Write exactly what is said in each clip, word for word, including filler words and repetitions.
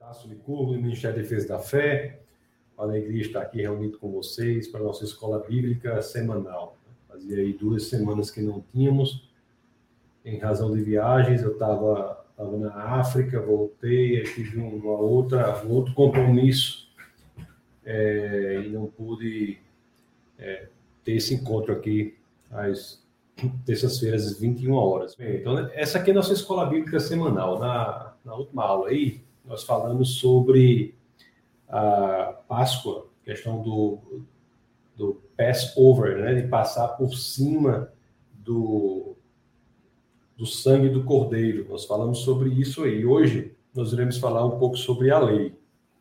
Tasso Licurgo, do Ministério da Defesa da Fé. Uma alegria estar aqui reunido com vocês para a nossa escola bíblica semanal. Fazia aí duas semanas que não tínhamos, em razão de viagens. Eu estava tava na África, voltei, tive uma outra, um outro compromisso é, e não pude é, ter esse encontro aqui às terças-feiras, às vinte e uma horas. Bem, então, essa aqui é a nossa escola bíblica semanal. Na, na última aula aí, nós falamos sobre a Páscoa, questão do, do Passover, né, de passar por cima do, do sangue do Cordeiro. Nós falamos sobre isso aí. Hoje nós iremos falar um pouco sobre a lei.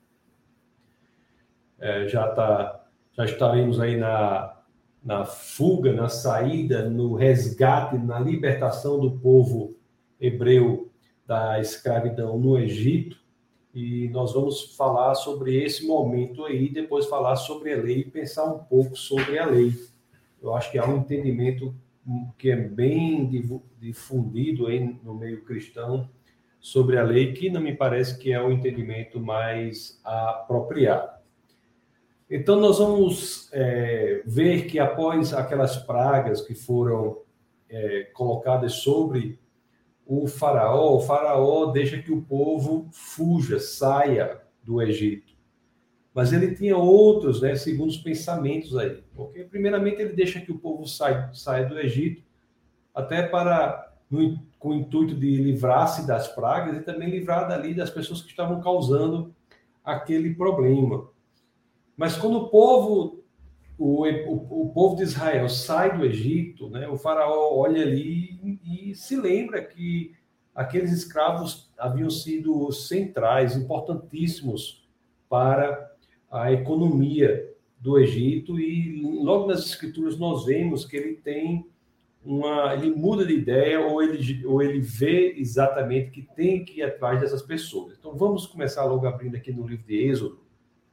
É, já, tá, já estaremos aí na, na fuga, na saída, no resgate, na libertação do povo hebreu da escravidão no Egito. E nós vamos falar sobre esse momento aí, depois falar sobre a lei e pensar um pouco sobre a lei. Eu acho que há um entendimento que é bem difundido aí no meio cristão sobre a lei, que não me parece que é o entendimento mais apropriado. Então, nós vamos é, ver que após aquelas pragas que foram é, colocadas sobre o faraó, o faraó deixa que o povo fuja, saia do Egito. Mas ele tinha outros, né, segundos pensamentos aí. Porque, primeiramente, ele deixa que o povo saia, saia do Egito, até para, no, com o intuito de livrar-se das pragas e também livrar dali das pessoas que estavam causando aquele problema. Mas quando o povo, o, o, o povo de Israel sai do Egito, né, o faraó olha ali e, e se lembra que aqueles escravos haviam sido centrais, importantíssimos para a economia do Egito, e logo nas escrituras nós vemos que ele tem uma, ele muda de ideia, ou ele, ou ele vê exatamente que tem que ir atrás dessas pessoas. Então vamos começar logo abrindo aqui no livro de Êxodo,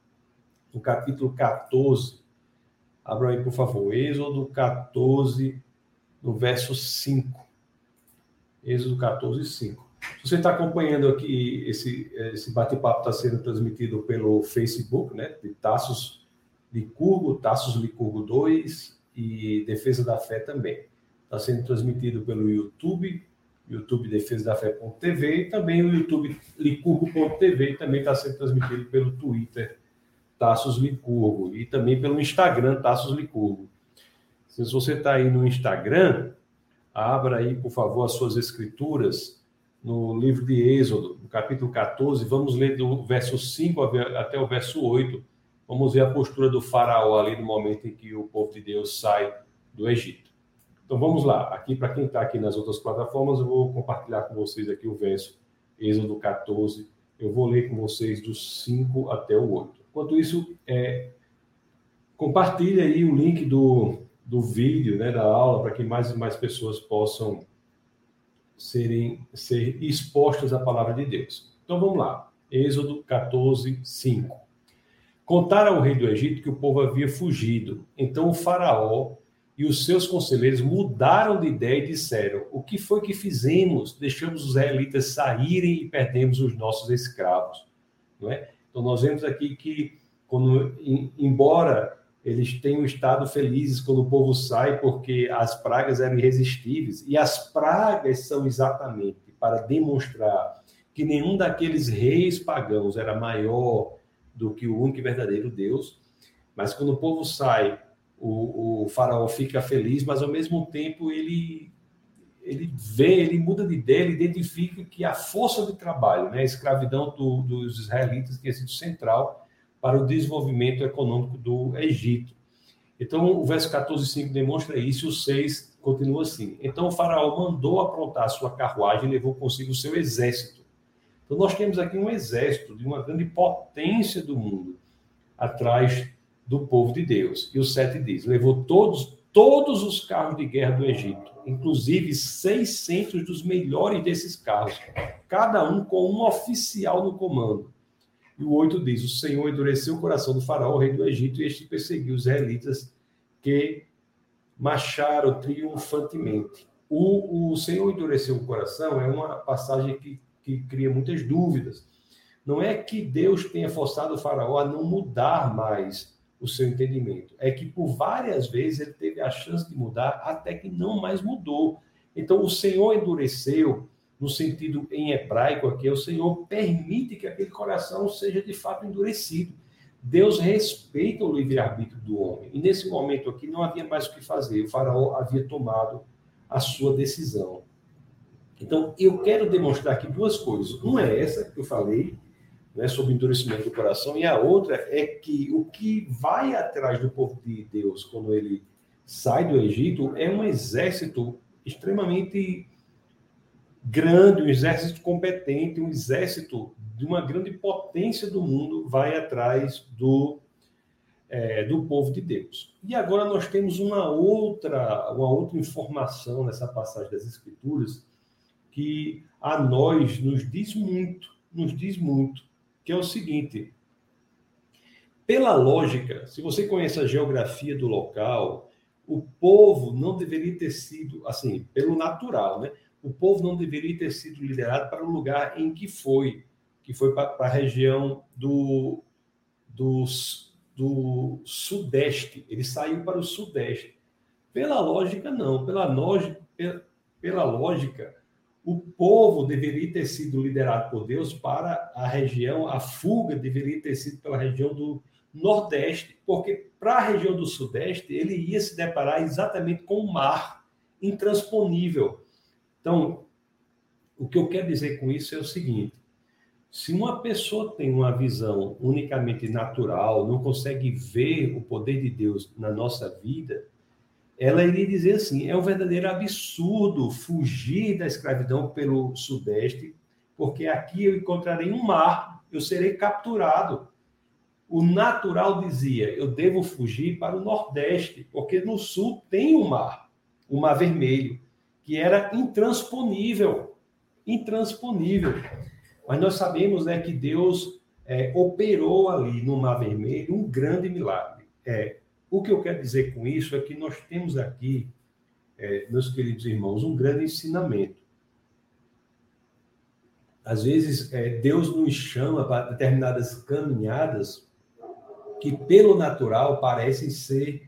no capítulo quatorze. Abra aí, por favor, Êxodo quatorze, no verso cinco. Êxodo quatorze, cinco. Se você está acompanhando aqui, esse, esse bate-papo está sendo transmitido pelo Facebook, né, de Tassos Licurgo, Tassos Licurgo dois e Defesa da Fé também. Está sendo transmitido pelo YouTube, YouTube defesa da fé ponto t v, e também o YouTube licurgo ponto t v, também está sendo transmitido pelo Twitter, Tassos Licurgo, e também pelo Instagram, Tassos Licurgo. Se você está aí no Instagram, abra aí, por favor, as suas escrituras no livro de Êxodo, no capítulo quatorze, vamos ler do verso cinco até o verso oito. Vamos ver a postura do faraó ali no momento em que o povo de Deus sai do Egito. Então vamos lá, aqui para quem está aqui nas outras plataformas, eu vou compartilhar com vocês aqui o verso Êxodo quatorze, eu vou ler com vocês do cinco até o oito. Enquanto isso, é, compartilhe aí o link do, do vídeo, né, da aula, para que mais e mais pessoas possam serem, ser expostas à palavra de Deus. Então vamos lá, Êxodo quatorze, cinco. Contaram ao rei do Egito que o povo havia fugido. Então o faraó e os seus conselheiros mudaram de ideia e disseram: o que foi que fizemos? Deixamos os israelitas saírem e perdemos os nossos escravos. Não é? Então, nós vemos aqui que, quando, embora eles tenham estado felizes quando o povo sai, porque as pragas eram irresistíveis, e as pragas são exatamente para demonstrar que nenhum daqueles reis pagãos era maior do que o único e verdadeiro Deus, mas quando o povo sai, o, o faraó fica feliz, mas ao mesmo tempo ele... ele vê, ele muda de ideia, ele identifica que a força de trabalho, né, a escravidão do, dos israelitas tinha sido central para o desenvolvimento econômico do Egito. Então, o verso quatorze, cinco demonstra isso, e o seis continua assim. Então, o faraó mandou aprontar a sua carruagem e levou consigo o seu exército. Então, nós temos aqui um exército de uma grande potência do mundo atrás do povo de Deus. E o sete diz, levou todos todos os carros de guerra do Egito, inclusive seiscentos dos melhores desses carros, cada um com um oficial no comando. E o oito diz, o Senhor endureceu o coração do faraó, rei do Egito, e este perseguiu os israelitas que marcharam triunfantemente. O, o Senhor endureceu o coração é uma passagem que, que cria muitas dúvidas. não é que Deus tenha forçado o faraó a não mudar mais o seu entendimento. É que por várias vezes ele teve a chance de mudar até que não mais mudou. Então o Senhor endureceu, no sentido em hebraico aqui, o Senhor permite que aquele coração seja de fato endurecido. Deus respeita o livre-arbítrio do homem. E nesse momento aqui não havia mais o que fazer. O faraó havia tomado a sua decisão. Então, eu quero demonstrar aqui duas coisas. Uma é essa que eu falei, né, sobre o endurecimento do coração, e a outra é que o que vai atrás do povo de Deus quando ele sai do Egito é um exército extremamente grande, um exército competente, um exército de uma grande potência do mundo vai atrás do, é, do povo de Deus. E agora nós temos uma outra, uma outra informação nessa passagem das Escrituras que a nós nos diz muito, nos diz muito, que é o seguinte: pela lógica, se você conhece a geografia do local, o povo não deveria ter sido, assim, pelo natural, né? O povo não deveria ter sido liderado para o lugar em que foi, que foi para a região do, do, do sudeste. Ele saiu para o sudeste. Pela lógica, não. Pela lógica, pela, pela lógica, o povo deveria ter sido liderado por Deus para a região, a fuga deveria ter sido pela região do nordeste, porque para a região do sudeste ele ia se deparar exatamente com o mar intransponível. Então, o que eu quero dizer com isso é o seguinte: se uma pessoa tem uma visão unicamente natural, não consegue ver o poder de Deus na nossa vida, ela iria dizer assim: é um verdadeiro absurdo fugir da escravidão pelo sudeste, porque aqui eu encontrarei um mar, eu serei capturado. O natural dizia: eu devo fugir para o nordeste, porque no sul tem um mar, o Mar Vermelho, que era intransponível, intransponível. Mas nós sabemos, né, que Deus é, operou ali no Mar Vermelho um grande milagre. É, o que eu quero dizer com isso é que nós temos aqui, é, meus queridos irmãos, um grande ensinamento. Às vezes, é, Deus nos chama para determinadas caminhadas que, pelo natural, parecem ser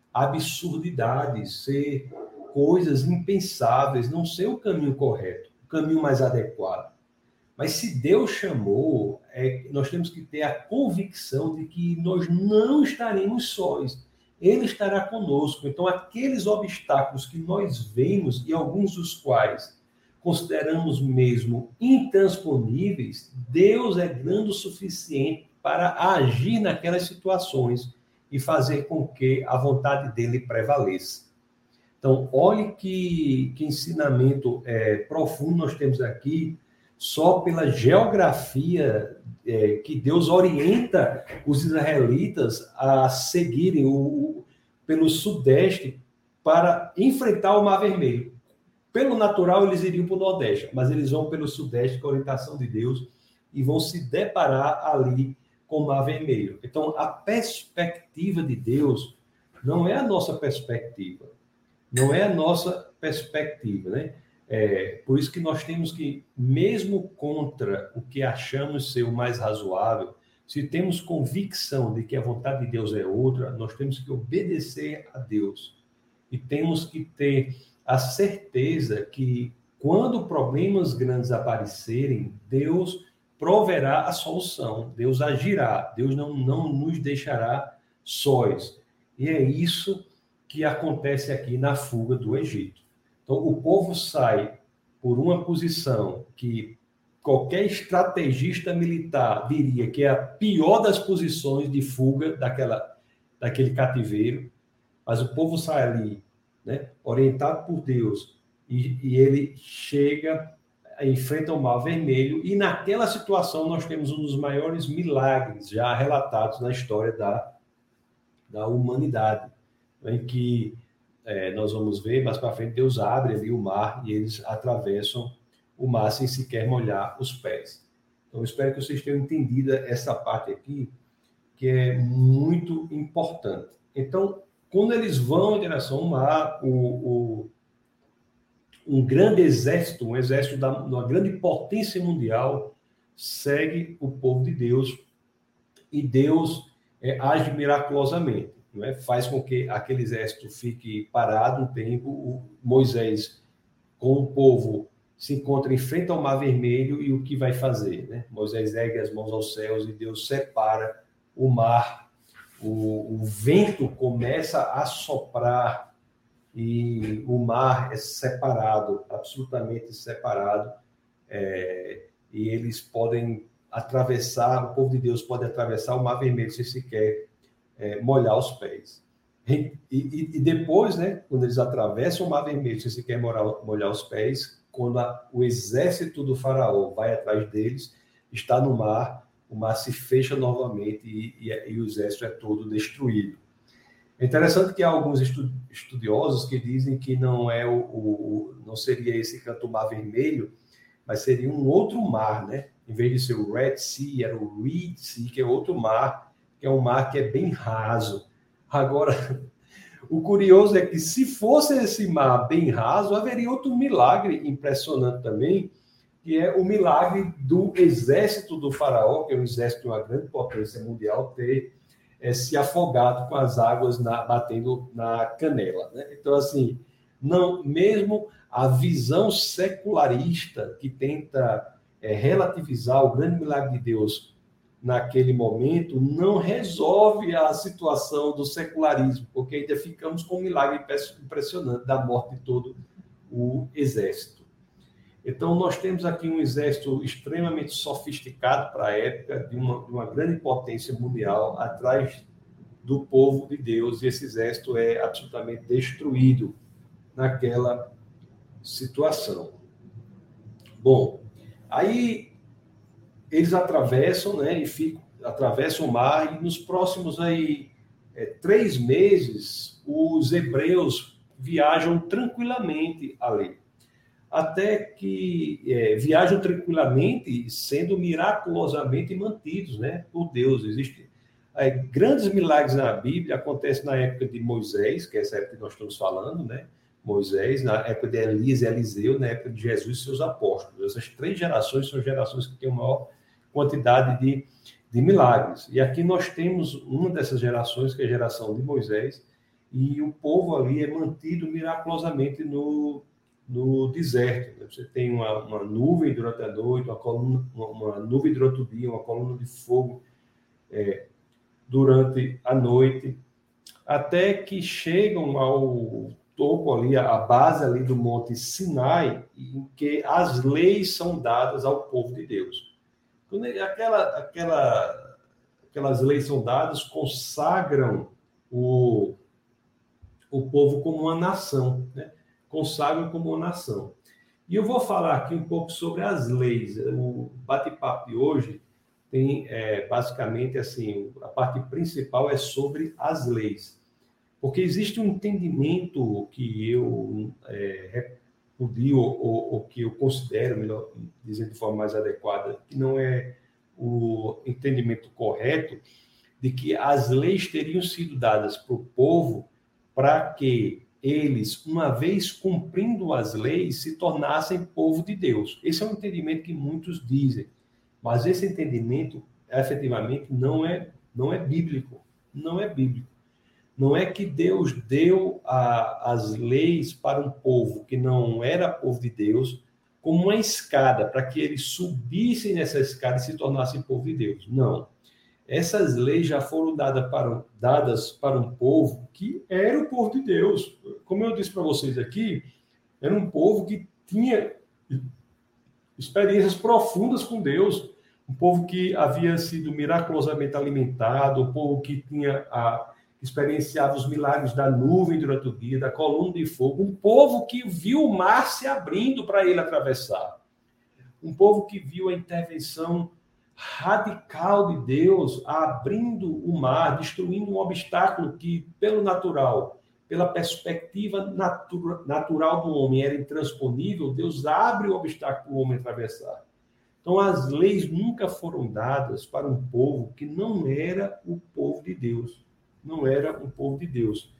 absurdidades, ser coisas impensáveis, não ser o caminho correto, o caminho mais adequado. Mas se Deus chamou, é, nós temos que ter a convicção de que nós não estaremos sós. Ele estará conosco. Então, aqueles obstáculos que nós vemos, e alguns dos quais consideramos mesmo intransponíveis, Deus é grande o suficiente para agir naquelas situações e fazer com que a vontade dele prevaleça. Então, olhe que, que ensinamento é, profundo nós temos aqui, só pela geografia é, que Deus orienta os israelitas a seguirem o, o, pelo sudeste para enfrentar o Mar Vermelho. Pelo natural, eles iriam para o nordeste, mas eles vão pelo sudeste com a orientação de Deus e vão se deparar ali com o Mar Vermelho. Então, a perspectiva de Deus não é a nossa perspectiva. Não é a nossa perspectiva, né? É, por isso que nós temos que, mesmo contra o que achamos ser o mais razoável, se temos convicção de que a vontade de Deus é outra, nós temos que obedecer a Deus. E temos que ter a certeza que, quando problemas grandes aparecerem, Deus proverá a solução, Deus agirá, Deus não, não nos deixará sós. E é isso que acontece aqui na fuga do Egito. Então, o povo sai por uma posição que qualquer estrategista militar diria que é a pior das posições de fuga daquela, daquele cativeiro, mas o povo sai ali, né, orientado por Deus, e, e ele chega, enfrenta o Mar Vermelho, e naquela situação nós temos um dos maiores milagres já relatados na história da, da humanidade, em que é, nós vamos ver mais para frente, Deus abre ali o mar e eles atravessam o mar sem sequer molhar os pés. Então, eu espero que vocês tenham entendido essa parte aqui, que é muito importante. Então, quando eles vão em direção ao mar, o, o, um grande exército, um exército da uma grande potência mundial, segue o povo de Deus e Deus é, age miraculosamente, não é? Faz com que aquele exército fique parado um tempo. O Moisés, com o povo, se encontra em frente ao Mar Vermelho e o que vai fazer, né? Moisés ergue as mãos aos céus e Deus separa o mar. O, o vento começa a soprar e o mar é separado, absolutamente separado, é, e eles podem atravessar, o povo de Deus pode atravessar o Mar Vermelho sem sequer é, molhar os pés. E, e, e depois, né, quando eles atravessam o Mar Vermelho sem sequer molhar, molhar os pés, quando a, o exército do faraó vai atrás deles, está no mar, o mar se fecha novamente e, e, e o exército é todo destruído. É interessante que há alguns estudiosos que dizem que não é o, o não seria esse canto Mar Vermelho, mas seria um outro mar, né? Em vez de ser o Red Sea, era o Reed Sea, que é outro mar, que é um mar que é bem raso. Agora, o curioso é que se fosse esse mar bem raso, haveria outro milagre impressionante também, que é o milagre do exército do faraó, que é um exército de uma grande potência mundial, ter é, se afogado com as águas na, batendo na canela, né? Então, assim, não, mesmo a visão secularista que tenta é, relativizar o grande milagre de Deus naquele momento, não resolve a situação do secularismo, porque ainda ficamos com um milagre impressionante da morte de todo o exército. Então, nós temos aqui um exército extremamente sofisticado para a época, de uma, de uma grande potência mundial, atrás do povo de Deus, e esse exército é absolutamente destruído naquela situação. Bom, aí eles atravessam, né, e ficam, atravessam o mar, e nos próximos aí, é, três meses, os hebreus viajam tranquilamente ali. Até que é, viajam tranquilamente, sendo miraculosamente mantidos, né, por Deus. Existem é, grandes milagres na Bíblia, acontecem na época de Moisés, que é essa época que nós estamos falando, né? Moisés, na época de Elias e Eliseu, na época de Jesus e seus apóstolos. Essas três gerações são gerações que têm uma maior quantidade de, de milagres. E aqui nós temos uma dessas gerações, que é a geração de Moisés, e o povo ali é mantido miraculosamente no no deserto. Você tem uma, uma nuvem durante a noite, uma, coluna, uma, uma nuvem durante o dia, uma coluna de fogo é, durante a noite, até que chegam ao topo ali, a base ali do Monte Sinai, em que as leis são dadas ao povo de Deus. Quando aquela, aquela, aquelas leis são dadas, consagram o, o povo como uma nação, né? Consagram como uma nação. E eu vou falar aqui um pouco sobre as leis. O bate-papo de hoje tem, é, basicamente, assim, a parte principal é sobre as leis. Porque existe um entendimento que eu é, repudio, ou, ou que eu considero, melhor dizendo de forma mais adequada, que não é o entendimento correto, de que as leis teriam sido dadas para o povo para que eles, uma vez cumprindo as leis, se tornassem povo de Deus. Esse é um entendimento que muitos dizem, mas esse entendimento, efetivamente, não é, não é bíblico. Não é bíblico. Não é que Deus deu a, as leis para um povo que não era povo de Deus como uma escada, para que eles subissem nessa escada e se tornassem povo de Deus. Não. Essas leis já foram dadas para, dadas para um povo que era o povo de Deus. Como eu disse para vocês aqui, era um povo que tinha experiências profundas com Deus, um povo que havia sido miraculosamente alimentado, um povo que tinha a, experienciava os milagres da nuvem durante o dia, da coluna de fogo, um povo que viu o mar se abrindo para ele atravessar, um povo que viu a intervenção radical de Deus abrindo o mar, destruindo um obstáculo que, pelo natural, pela perspectiva natura, natural do homem, era intransponível. Deus abre o obstáculo para o homem atravessar. Então, as leis nunca foram dadas para um povo que não era o povo de Deus. Não era um povo de Deus.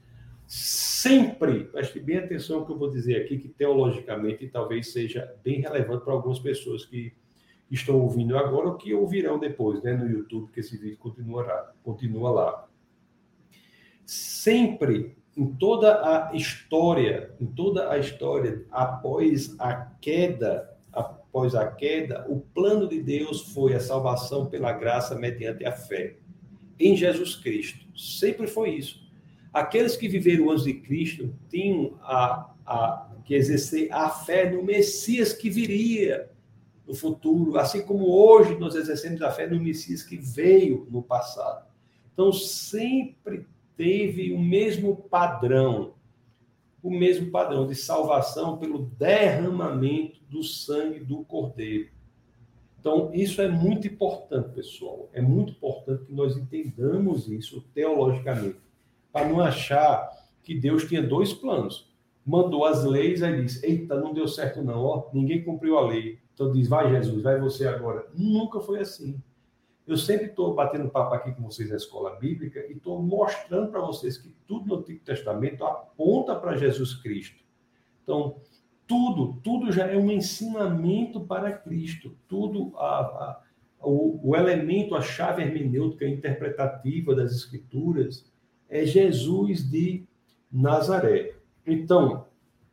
Sempre, preste bem atenção ao que eu vou dizer aqui, que teologicamente talvez seja bem relevante para algumas pessoas que estão ouvindo agora ou que ouvirão depois, né, no YouTube, que esse vídeo continuará, continua lá. Sempre, em toda a história, em toda a história, após a queda, após a queda, o plano de Deus foi a salvação pela graça mediante a fé em Jesus Cristo. Sempre foi isso. Aqueles que viveram antes de Cristo tinham a, a, que exercer a fé no Messias que viria no futuro, assim como hoje nós exercemos a fé no Messias que veio no passado. Então, sempre teve o mesmo padrão, o mesmo padrão de salvação pelo derramamento do sangue do Cordeiro. Então, isso é muito importante, pessoal. É muito importante que nós entendamos isso teologicamente, para não achar que Deus tinha dois planos. Mandou as leis, aí disse, eita, não deu certo não, ó, ninguém cumpriu a lei. Então diz, vai Jesus, vai você agora. Nunca foi assim. Eu sempre estou batendo papo aqui com vocês na escola bíblica e estou mostrando para vocês que tudo no Antigo Testamento aponta para Jesus Cristo. Então, tudo, tudo já é um ensinamento para Cristo. Tudo, a, a, o, o elemento, a chave hermenêutica interpretativa das Escrituras é Jesus de Nazaré. Então,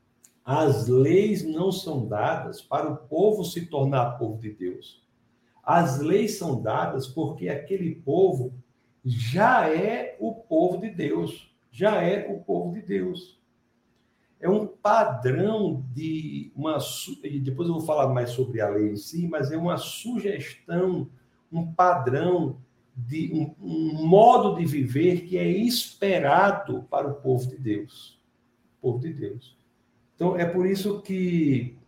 as leis não são dadas para o povo se tornar povo de Deus. As leis são dadas porque aquele povo já é o povo de Deus. Já é o povo de Deus. É um padrão de uma... Depois eu vou falar mais sobre a lei em si, mas é uma sugestão, um padrão, de um, um modo de viver que é esperado para o povo de Deus. O povo de Deus. Então, é por isso que,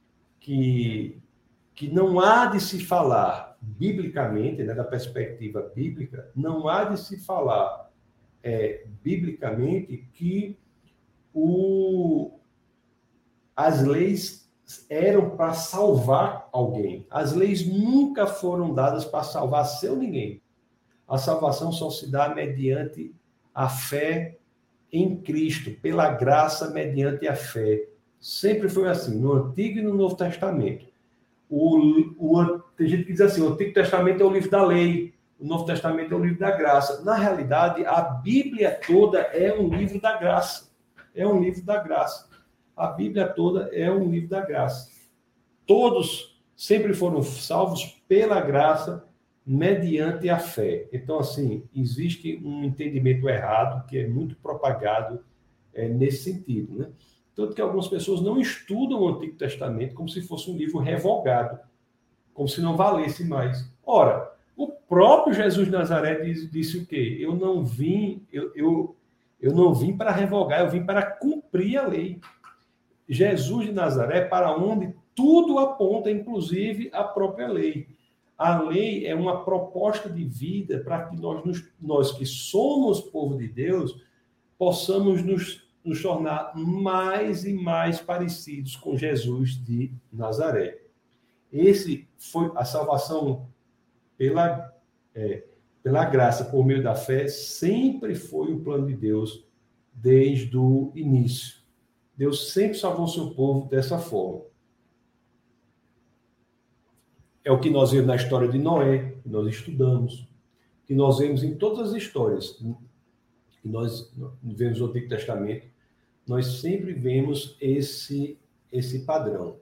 que, que não há de se falar, biblicamente, né, da perspectiva bíblica, não há de se falar é, biblicamente que o, as leis eram para salvar alguém. As leis nunca foram dadas para salvar seu ninguém. A salvação só se dá mediante a fé em Cristo, pela graça mediante a fé. Sempre foi assim, no Antigo e no Novo Testamento. O, o, tem gente que diz assim, o Antigo Testamento é o livro da lei, o Novo Testamento é o livro da graça. Na realidade, a Bíblia toda é um livro da graça. É um livro da graça. A Bíblia toda é um livro da graça. Todos sempre foram salvos pela graça mediante a fé. Então, assim, existe um entendimento errado que é muito propagado é, nesse sentido, né? Tanto que algumas pessoas não estudam o Antigo Testamento como se fosse um livro revogado, como se não valesse mais. Ora, o próprio Jesus de Nazaré disse, disse o quê? Eu não vim, eu, eu, eu não vim para revogar, eu vim para cumprir a lei. Jesus de Nazaré, para onde tudo aponta, inclusive a própria lei. A lei é uma proposta de vida para que nós, nos, nós que somos povo de Deus, possamos nos, nos tornar mais e mais parecidos com Jesus de Nazaré. Esse foi a salvação pela, é, pela graça, por meio da fé, sempre foi o plano de Deus desde o início. Deus sempre salvou o seu povo dessa forma. É o que nós vemos na história de Noé, que nós estudamos, que nós vemos em todas as histórias, que nós vemos no Antigo Testamento, nós sempre vemos esse, esse padrão.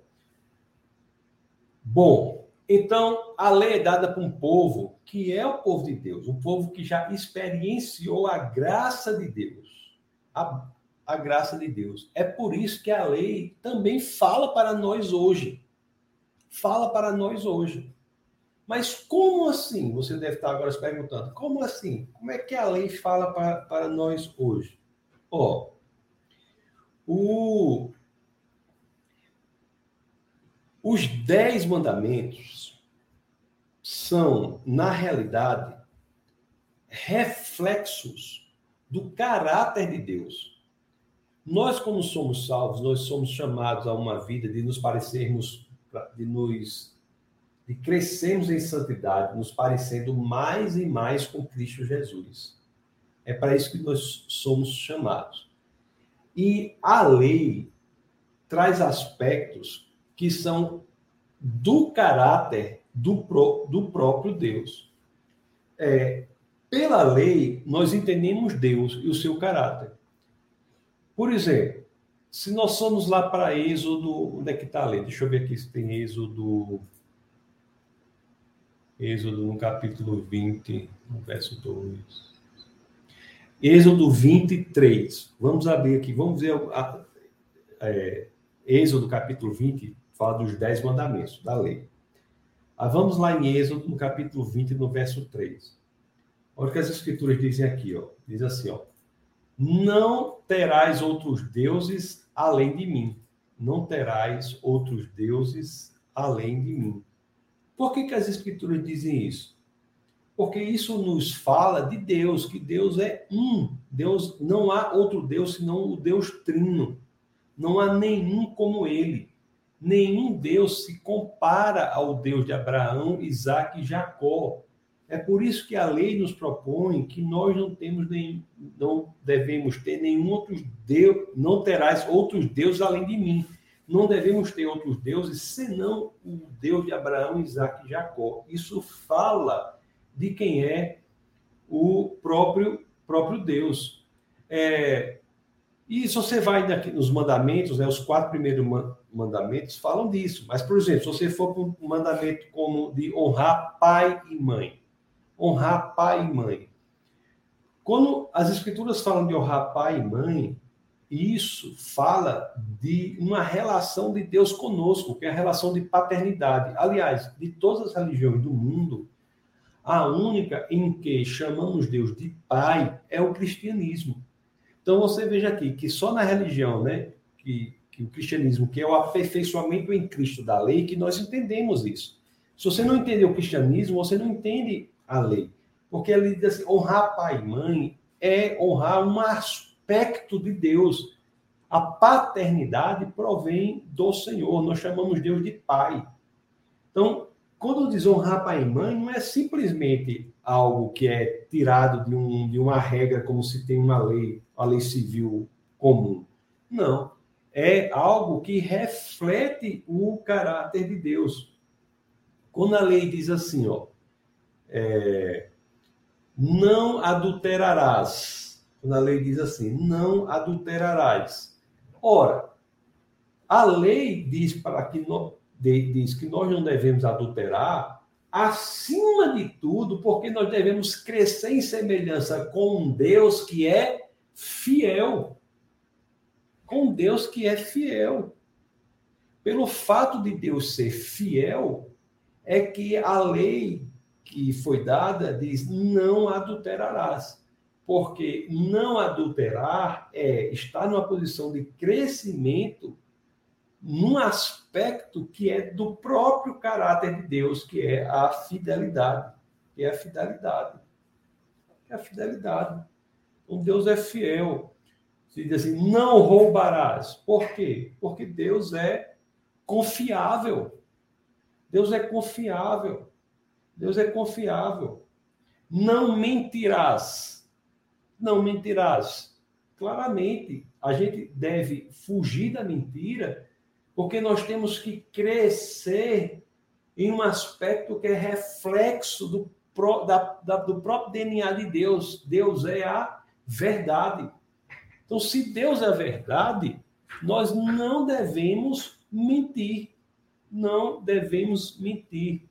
Bom, então, a lei é dada para um povo que é o povo de Deus, um povo que já experienciou a graça de Deus, a, a graça de Deus. É por isso que a lei também fala para nós hoje. Fala para nós hoje. Mas como assim? Você deve estar agora se perguntando. Como assim? Como é que a lei fala para, para nós hoje? Ó, o, os dez mandamentos são, na realidade, reflexos do caráter de Deus. Nós, como somos salvos, nós somos chamados a uma vida de nos parecermos de nos de crescermos em santidade, nos parecendo mais e mais com Cristo Jesus. É para isso que nós somos chamados. E a lei traz aspectos que são do caráter do, pro, do próprio Deus. É, pela lei, nós entendemos Deus e o seu caráter. Por exemplo, se nós formos lá para Êxodo, onde é que está a lei? Deixa eu ver aqui se tem Êxodo, Êxodo no capítulo vinte, no verso dois. Êxodo vinte e três. Vamos abrir aqui, vamos ver a, é, Êxodo capítulo vinte, fala dos dez mandamentos da lei. Ah, vamos lá em Êxodo, no capítulo vinte, no verso três. Olha o que as escrituras dizem aqui, ó. Diz assim, ó. Não terás outros deuses além de mim. Não terás outros deuses além de mim. Por que que as escrituras dizem isso? Porque isso nos fala de Deus, que Deus é um. Deus, não há outro Deus senão o Deus trino. Não há nenhum como ele. Nenhum Deus se compara ao Deus de Abraão, Isaque e Jacó. É por isso que a lei nos propõe que nós não temos nem, não devemos ter nenhum outro Deus, não terás outros deuses além de mim. Não devemos ter outros deuses senão o Deus de Abraão, Isaque e Jacó. Isso fala de quem é o próprio, próprio Deus. É, e se você vai daqui nos mandamentos, né, os quatro primeiros mandamentos falam disso. Mas, por exemplo, se você for para um mandamento como de honrar pai e mãe, honrar pai e mãe. Quando as escrituras falam de honrar pai e mãe, isso fala de uma relação de Deus conosco, que é a relação de paternidade. Aliás, de todas as religiões do mundo, a única em que chamamos Deus de pai é o cristianismo. Então você veja aqui que só na religião, né, que, que o cristianismo, que é o aperfeiçoamento em Cristo da lei, que nós entendemos isso. Se você não entender o cristianismo, você não entende a lei. Porque ele diz assim, honrar pai e mãe é honrar um aspecto de Deus. A paternidade provém do Senhor. Nós chamamos Deus de pai. Então, quando diz honrar pai e mãe, não é simplesmente algo que é tirado de, um, de uma regra, como se tem uma lei, a lei civil comum. Não. É algo que reflete o caráter de Deus. Quando a lei diz assim, ó, é, não adulterarás. Quando a lei diz assim, não adulterarás. Ora, a lei diz, para que, no, de, diz que nós não devemos adulterar, acima de tudo, porque nós devemos crescer em semelhança com um Deus que é fiel. Com um Deus que é fiel. Pelo fato de Deus ser fiel, é que a lei que foi dada diz, não adulterarás. Porque não adulterar é estar numa posição de crescimento num aspecto que é do próprio caráter de Deus, que é a fidelidade. Que é a fidelidade. Que é a fidelidade. Então, Deus é fiel. Se diz assim, não roubarás. Por quê? Porque Deus é confiável. Deus é confiável. Deus é confiável. Não mentirás. Não mentirás. Claramente, a gente deve fugir da mentira, porque nós temos que crescer em um aspecto que é reflexo do, da, da, do próprio D N A de Deus. Deus é a verdade. Então, se Deus é a verdade, nós não devemos mentir. Não devemos mentir.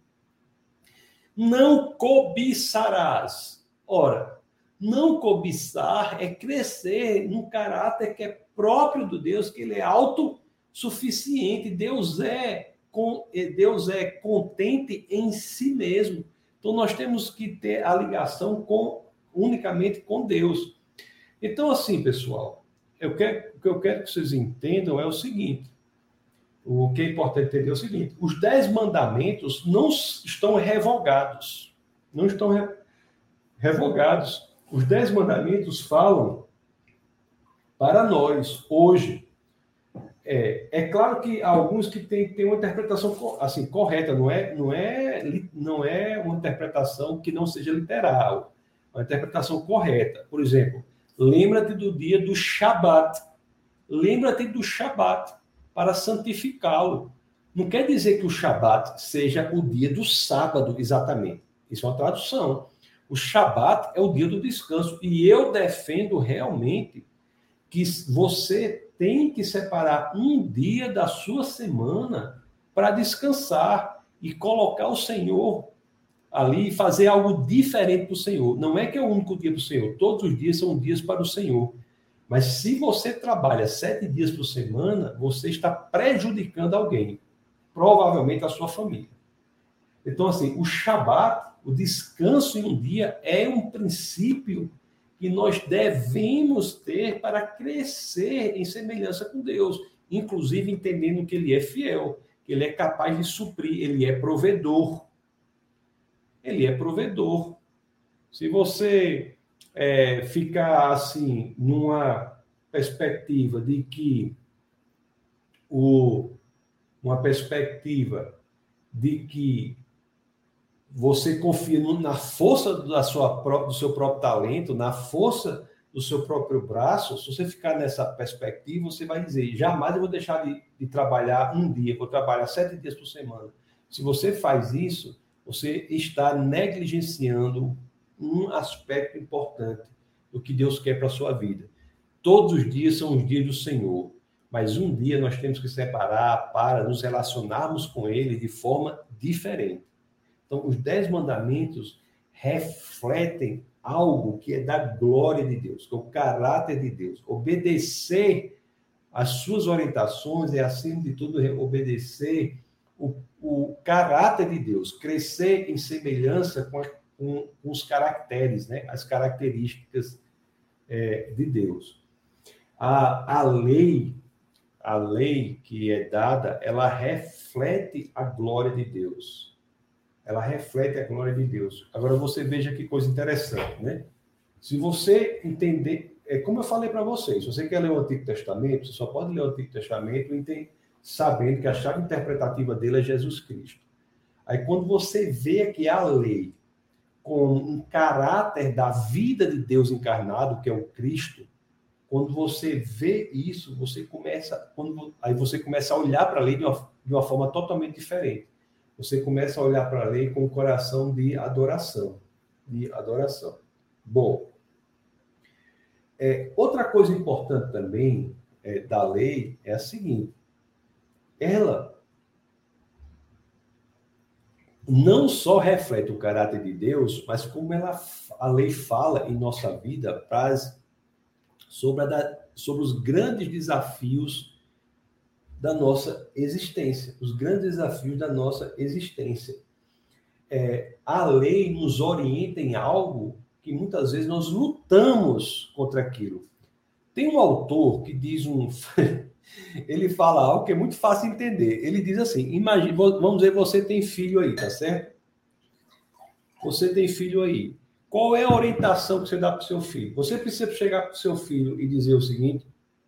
Não cobiçarás. Ora, não cobiçar é crescer num caráter que é próprio do Deus, que ele é autossuficiente. Deus é, Deus é contente em si mesmo. Então, nós temos que ter a ligação com, unicamente com Deus. Então, assim, pessoal, eu quero, o que eu quero que vocês entendam é o seguinte. O que é importante entender é o seguinte: os dez mandamentos não estão revogados. Não estão re, revogados. Os dez mandamentos falam para nós, hoje. É, é claro que há alguns que têm, têm uma interpretação assim, correta, não é, não, é, não é uma interpretação que não seja literal, uma interpretação correta. Por exemplo, lembra-te do dia do Shabat. Lembra-te do Shabat para santificá-lo. Não quer dizer que o Shabat seja o dia do sábado, exatamente. Isso é uma tradução. O Shabat é o dia do descanso. E eu defendo realmente que você tem que separar um dia da sua semana para descansar e colocar o Senhor ali e fazer algo diferente para o Senhor. Não é que é o único dia para o Senhor. Todos os dias são dias para o Senhor. Mas se você trabalha sete dias por semana, você está prejudicando alguém. Provavelmente a sua família. Então, assim, o Shabat, o descanso em um dia, é um princípio que nós devemos ter para crescer em semelhança com Deus, inclusive entendendo que Ele é fiel, que Ele é capaz de suprir, Ele é provedor. Ele é provedor. Se você é, ficar assim, numa perspectiva de que o, uma perspectiva de que você confia na força da sua, do seu próprio talento, na força do seu próprio braço, se você ficar nessa perspectiva, você vai dizer, jamais eu vou deixar de, de trabalhar um dia, vou trabalhar sete dias por semana. Se você faz isso, você está negligenciando um aspecto importante do que Deus quer para a sua vida. Todos os dias são os dias do Senhor, mas um dia nós temos que separar para nos relacionarmos com Ele de forma diferente. Então, os dez mandamentos refletem algo que é da glória de Deus, que é o caráter de Deus. Obedecer às suas orientações é, acima de tudo, obedecer o, o caráter de Deus, crescer em semelhança com, a, com, com os caracteres, né? As características é, de Deus. A, a lei, a lei que é dada, ela reflete a glória de Deus. Ela reflete a glória de Deus. Agora, você veja que coisa interessante, né? Se você entender... É como eu falei para vocês, se você quer ler o Antigo Testamento, você só pode ler o Antigo Testamento sabendo que a chave interpretativa dele é Jesus Cristo. Aí, quando você vê que a lei, com um caráter da vida de Deus encarnado, que é o Cristo, quando você vê isso, você começa... Quando, aí você começa a olhar para a lei de uma, de uma forma totalmente diferente. Você começa a olhar para a lei com o coração de adoração. De adoração. Bom, é, outra coisa importante também é, da lei é a seguinte. Ela não só reflete o caráter de Deus, mas como ela, a lei fala em nossa vida pras, sobre, a, sobre os grandes desafios da nossa existência, os grandes desafios da nossa existência. É, a lei nos orienta em algo que muitas vezes nós lutamos contra aquilo. Tem um autor que diz um... ele fala algo que é muito fácil de entender. Ele diz assim, imagine, vamos dizer, você tem filho aí, tá certo? Você tem filho aí. Qual é a orientação que você dá para o seu filho? Você precisa chegar para o seu filho e dizer o seguinte: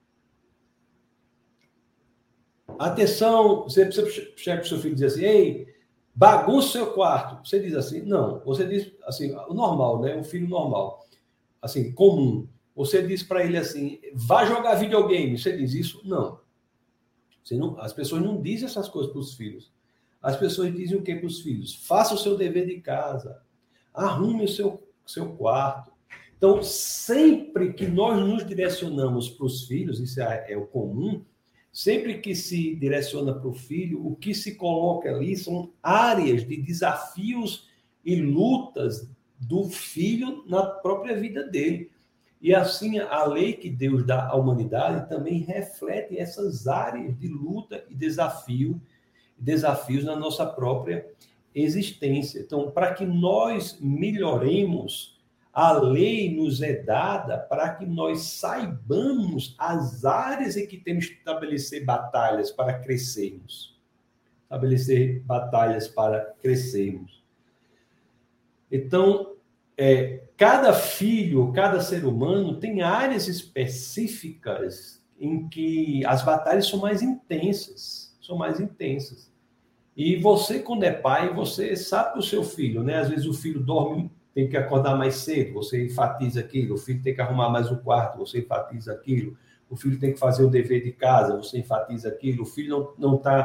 atenção, você precisa chegar para o seu filho e dizer assim, ei, bagunça o seu quarto. Você diz assim, não. Você diz assim, o normal, né? Um filho normal, assim, comum. Você diz para ele assim, vá jogar videogame. Você diz isso? Não. Você não. As pessoas não dizem essas coisas para os filhos. As pessoas dizem o que para os filhos? Faça o seu dever de casa. Arrume o seu, seu quarto. Então, sempre que nós nos direcionamos para os filhos, isso é, é o comum, sempre que se direciona para o filho, o que se coloca ali são áreas de desafios e lutas do filho na própria vida dele. E assim, a lei que Deus dá à humanidade também reflete essas áreas de luta e desafio, desafios na nossa própria existência. Então, para que nós melhoremos, a lei nos é dada para que nós saibamos as áreas em que temos que estabelecer batalhas para crescermos. Estabelecer batalhas para crescermos. Então, é, cada filho, cada ser humano tem áreas específicas em que as batalhas são mais intensas, são mais intensas. E você, quando é pai, você sabe do seu filho, né? Às vezes o filho dorme, tem que acordar mais cedo, você enfatiza aquilo. O filho tem que arrumar mais um quarto, você enfatiza aquilo. O filho tem que fazer o dever de casa, você enfatiza aquilo. O filho não está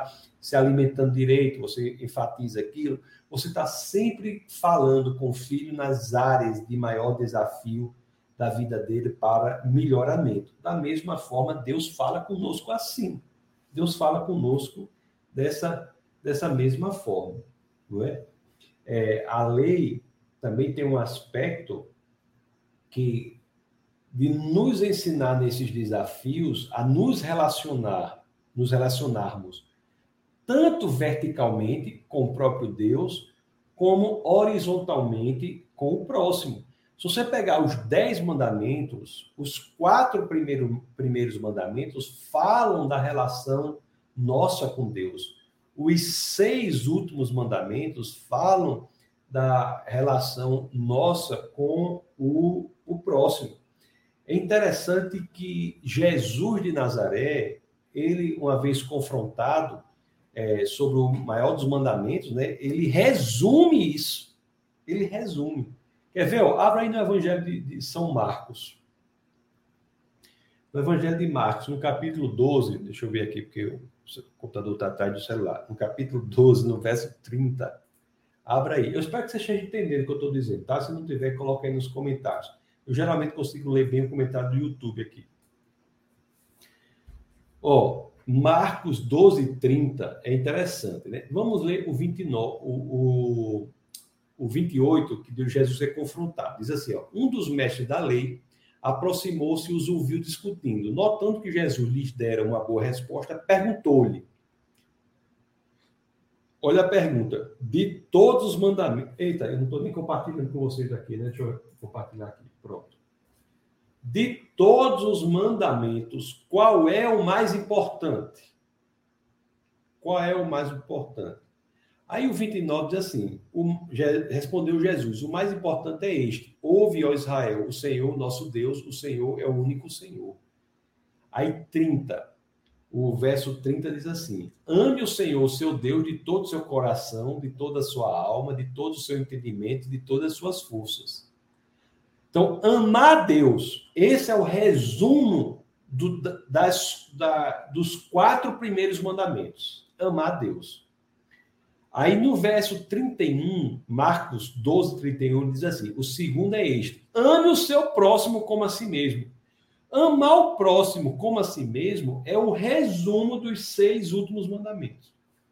se alimentando direito, você enfatiza aquilo. Você está sempre falando com o filho nas áreas de maior desafio da vida dele para melhoramento. Da mesma forma, Deus fala conosco assim. Deus fala conosco dessa, dessa mesma forma, não é? É, a lei também tem um aspecto que de nos ensinar nesses desafios a nos relacionar, nos relacionarmos tanto verticalmente com o próprio Deus, como horizontalmente com o próximo. Se você pegar os dez mandamentos, os quatro primeiro, primeiros mandamentos falam da relação nossa com Deus. Os seis últimos mandamentos falam da relação nossa com o, o próximo. É interessante que Jesus de Nazaré, ele, uma vez confrontado é, sobre o maior dos mandamentos, né, ele resume isso. Ele resume. Quer ver? Ó, abra aí no Evangelho de, de São Marcos. No Evangelho de Marcos, no capítulo doze, deixa eu ver aqui, porque o computador está atrás do celular. No capítulo doze, no verso trinta. Abra aí. Eu espero que você esteja entendendo o que eu estou dizendo, tá? Se não tiver, coloque aí nos comentários. Eu geralmente consigo ler bem o comentário do YouTube aqui. Ó, Marcos doze, trinta é interessante, né? Vamos ler o vinte e nove, o, o, o vinte e oito, que Jesus é confrontado. Diz assim, ó, um dos mestres da lei aproximou-se e os ouviu discutindo. Notando que Jesus lhes dera uma boa resposta, perguntou-lhe. Olha a pergunta. De todos os mandamentos... Eita, eu não estou nem compartilhando com vocês aqui, né? Deixa eu compartilhar aqui. Pronto. De todos os mandamentos, qual é o mais importante? Qual é o mais importante? Aí o vinte e nove diz assim, o, respondeu Jesus, o mais importante é este, ouve, ó Israel, o Senhor, nosso Deus, o Senhor é o único Senhor. Aí trinta, o verso trinta diz assim, ame o Senhor, seu Deus, de todo o seu coração, de toda a sua alma, de todo o seu entendimento, de todas as suas forças. Então, amar a Deus, esse é o resumo do, das, da, dos quatro primeiros mandamentos. Amar a Deus. Aí no verso trinta e um, Marcos doze, trinta e um, diz assim, o segundo é este, ame o seu próximo como a si mesmo. Amar o próximo como a si mesmo é o resumo dos seis últimos mandamentos.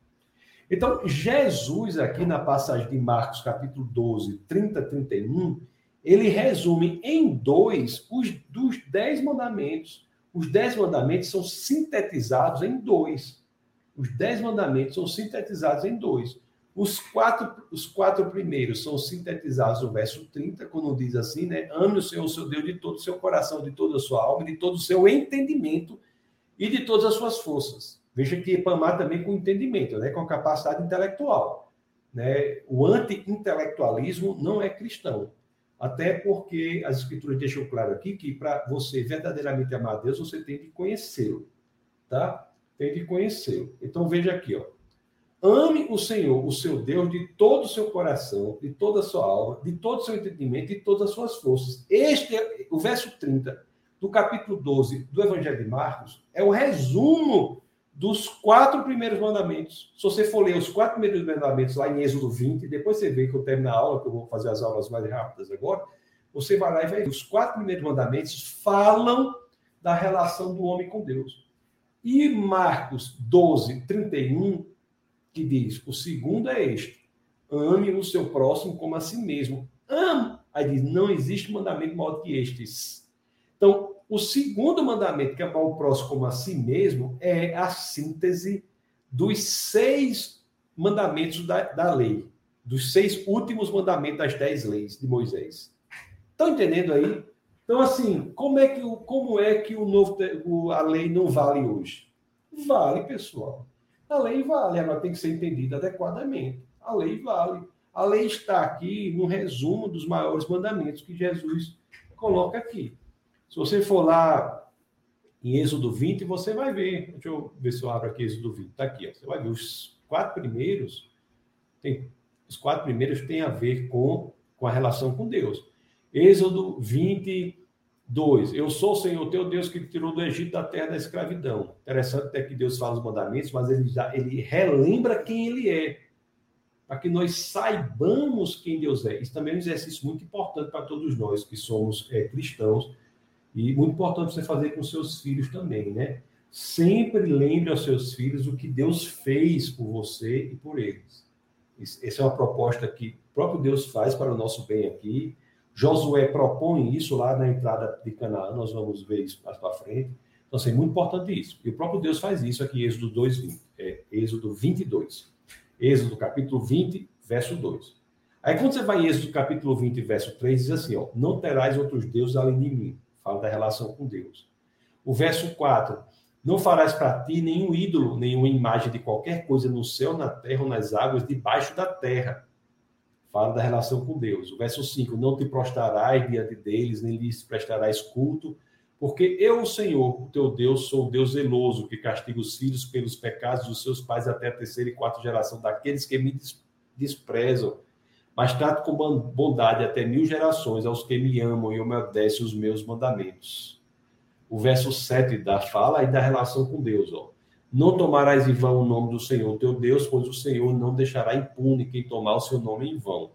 Então, Jesus, aqui na passagem de Marcos, capítulo doze, trinta, trinta e um, ele resume em dois os dos dez mandamentos. Os dez mandamentos são sintetizados em dois. Os dez mandamentos são sintetizados em dois. Os quatro, os quatro primeiros são sintetizados no verso trinta, quando diz assim, né? Ame o Senhor, o seu Deus, de todo o seu coração, de toda a sua alma, de todo o seu entendimento e de todas as suas forças. Veja que amar também com entendimento, né? Com a capacidade intelectual. Né? O anti-intelectualismo não é cristão. Até porque as Escrituras deixam claro aqui que para você verdadeiramente amar a Deus, você tem que conhecê-lo. Tá? Tem que conhecê-lo. Então veja aqui, ó. Ame o Senhor, o seu Deus, de todo o seu coração, de toda a sua alma, de todo o seu entendimento e de todas as suas forças. Este é o verso trinta do capítulo doze do Evangelho de Marcos, é o resumo dos quatro primeiros mandamentos. Se você for ler os quatro primeiros mandamentos lá em Êxodo vinte, depois você vê que eu termino a aula, que eu vou fazer as aulas mais rápidas agora, você vai lá e vai ver. Os quatro primeiros mandamentos falam da relação do homem com Deus. E Marcos doze, trinta e um, que diz, o segundo é este, ame o seu próximo como a si mesmo. Ame. Aí diz, não existe mandamento maior que estes. Então, o segundo mandamento, que é amar o próximo como a si mesmo, é a síntese dos seis mandamentos da, da lei, dos seis últimos mandamentos das dez leis de Moisés. Estão entendendo aí? Então, assim, como é que, como é que o novo, a lei não vale hoje? Vale, pessoal. A lei vale, ela tem que ser entendida adequadamente. A lei vale. A lei está aqui no resumo dos maiores mandamentos que Jesus coloca aqui. Se você for lá em Êxodo vinte, você vai ver. Deixa eu ver se eu abro aqui Êxodo vinte. Está aqui, ó. Você vai ver os quatro primeiros. Tem, os quatro primeiros têm a ver com, com a relação com Deus. Êxodo vinte, Dois, eu sou o Senhor teu Deus que te tirou do Egito, da terra da escravidão. Interessante até que Deus fala os mandamentos, mas ele, já, ele relembra quem ele é, para que nós saibamos quem Deus é. Isso também é um exercício muito importante para todos nós que somos é, cristãos, e muito importante você fazer com seus filhos também, né? Sempre lembre aos seus filhos o que Deus fez por você e por eles. Essa é uma proposta que o próprio Deus faz para o nosso bem aqui. Josué propõe isso lá na entrada de Canaã, nós vamos ver isso mais para frente. Então, assim, é muito importante isso. E o próprio Deus faz isso aqui em Êxodo dois, vinte. É, Êxodo vinte e dois. Êxodo capítulo vinte, verso dois. Aí, quando você vai em Êxodo capítulo vinte, verso três, diz assim, ó, não terás outros deuses além de mim. Fala da relação com Deus. O verso quatro, não farás para ti nenhum ídolo, nenhuma imagem de qualquer coisa no céu, na terra ou nas águas, debaixo da terra. Fala da relação com Deus. O verso cinco, não te prostrarás diante deles, nem lhes prestarás culto, porque eu, o Senhor, o teu Deus, sou o Deus zeloso, que castiga os filhos pelos pecados dos seus pais até a terceira e quarta geração daqueles que me desprezam, mas trato com bondade até mil gerações aos que me amam e obedecem os meus mandamentos. O verso sete da fala e da relação com Deus, ó. Não tomarás em vão o nome do Senhor teu Deus, pois o Senhor não deixará impune quem tomar o seu nome em vão.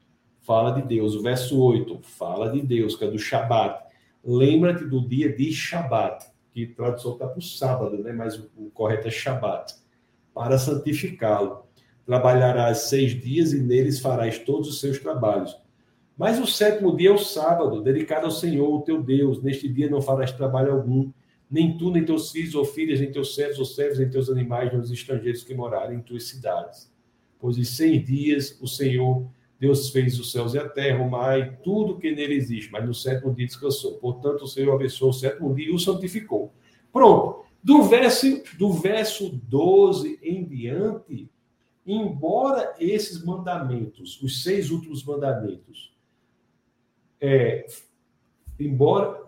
Fala de Deus. O verso oito, fala de Deus, que é do Shabat. Lembra-te do dia de Shabat, que tradução está para o sábado, né? Mas o, o correto é Shabat, para santificá-lo. Trabalharás seis dias e neles farás todos os seus trabalhos. Mas o sétimo dia é o sábado, dedicado ao Senhor, o teu Deus. Neste dia não farás trabalho algum, nem tu, nem teus filhos ou filhas, nem teus servos ou servos, nem teus animais, nem os estrangeiros que morarem em tuas cidades. Pois em seis dias o Senhor, Deus fez os céus e a terra, o mar e tudo que nele existe, mas no sétimo dia descansou. Portanto, o Senhor abençoou o sétimo dia e o santificou. Pronto. Do verso, do verso doze em diante, embora esses mandamentos, os seis últimos mandamentos, é, embora...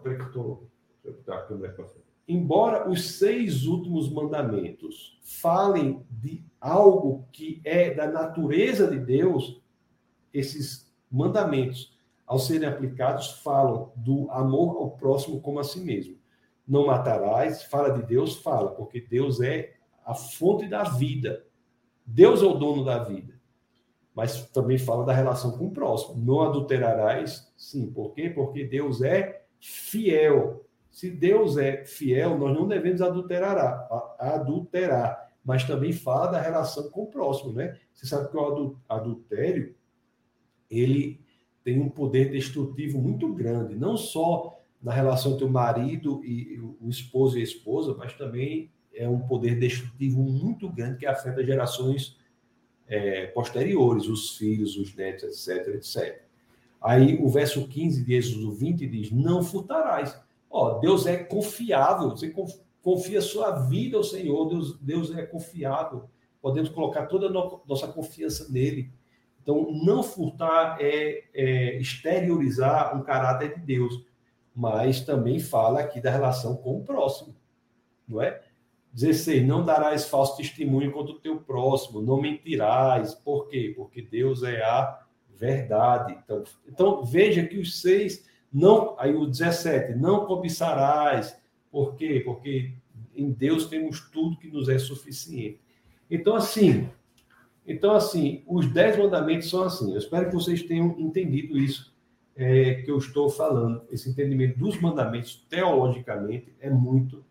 Embora os seis últimos mandamentos falem de algo que é da natureza de Deus, esses mandamentos, ao serem aplicados, falam do amor ao próximo como a si mesmo. Não matarás, fala de Deus, fala, porque Deus é a fonte da vida. Deus é o dono da vida. Mas também fala da relação com o próximo. Não adulterarás, sim. Por quê? Porque Deus é fiel. Se Deus é fiel, nós não devemos adulterar, adulterar, mas também fala da relação com o próximo, né? Você sabe que o adultério, ele tem um poder destrutivo muito grande, não só na relação entre o marido e o esposo e a esposa, mas também é um poder destrutivo muito grande que afeta gerações é, posteriores, os filhos, os netos, etc, etcétera. Aí o verso quinze de Êxodo vinte diz, não furtarás. Ó, Deus é confiável, você confia sua vida ao Senhor, Deus, Deus é confiável, podemos colocar toda a no, nossa confiança nele. Então, não furtar é, é exteriorizar um caráter de Deus, mas também fala aqui da relação com o próximo, não é? dezesseis, não darás falso testemunho contra o teu próximo, não mentirás, por quê? Porque Deus é a verdade. Então, então veja que os seis... Não, aí o dezessete, não cobiçarás. Por quê? Porque em Deus temos tudo que nos é suficiente. Então, assim, então, assim, os dez mandamentos são assim. Eu espero que vocês tenham entendido isso é, que eu estou falando. Esse entendimento dos mandamentos, teologicamente, é muito,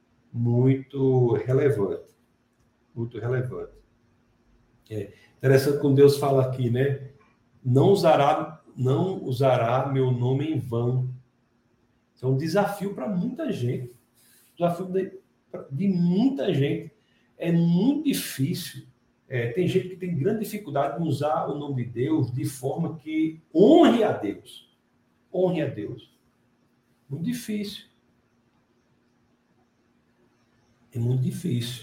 muito relevante. Muito relevante. É interessante quando Deus fala aqui, né? Não usará... não usará meu nome em vão. Isso é um desafio para muita gente. Desafio de, de muita gente. É muito difícil. É, tem gente que tem grande dificuldade em usar o nome de Deus de forma que honre a Deus. Honre a Deus. Muito difícil. É muito difícil.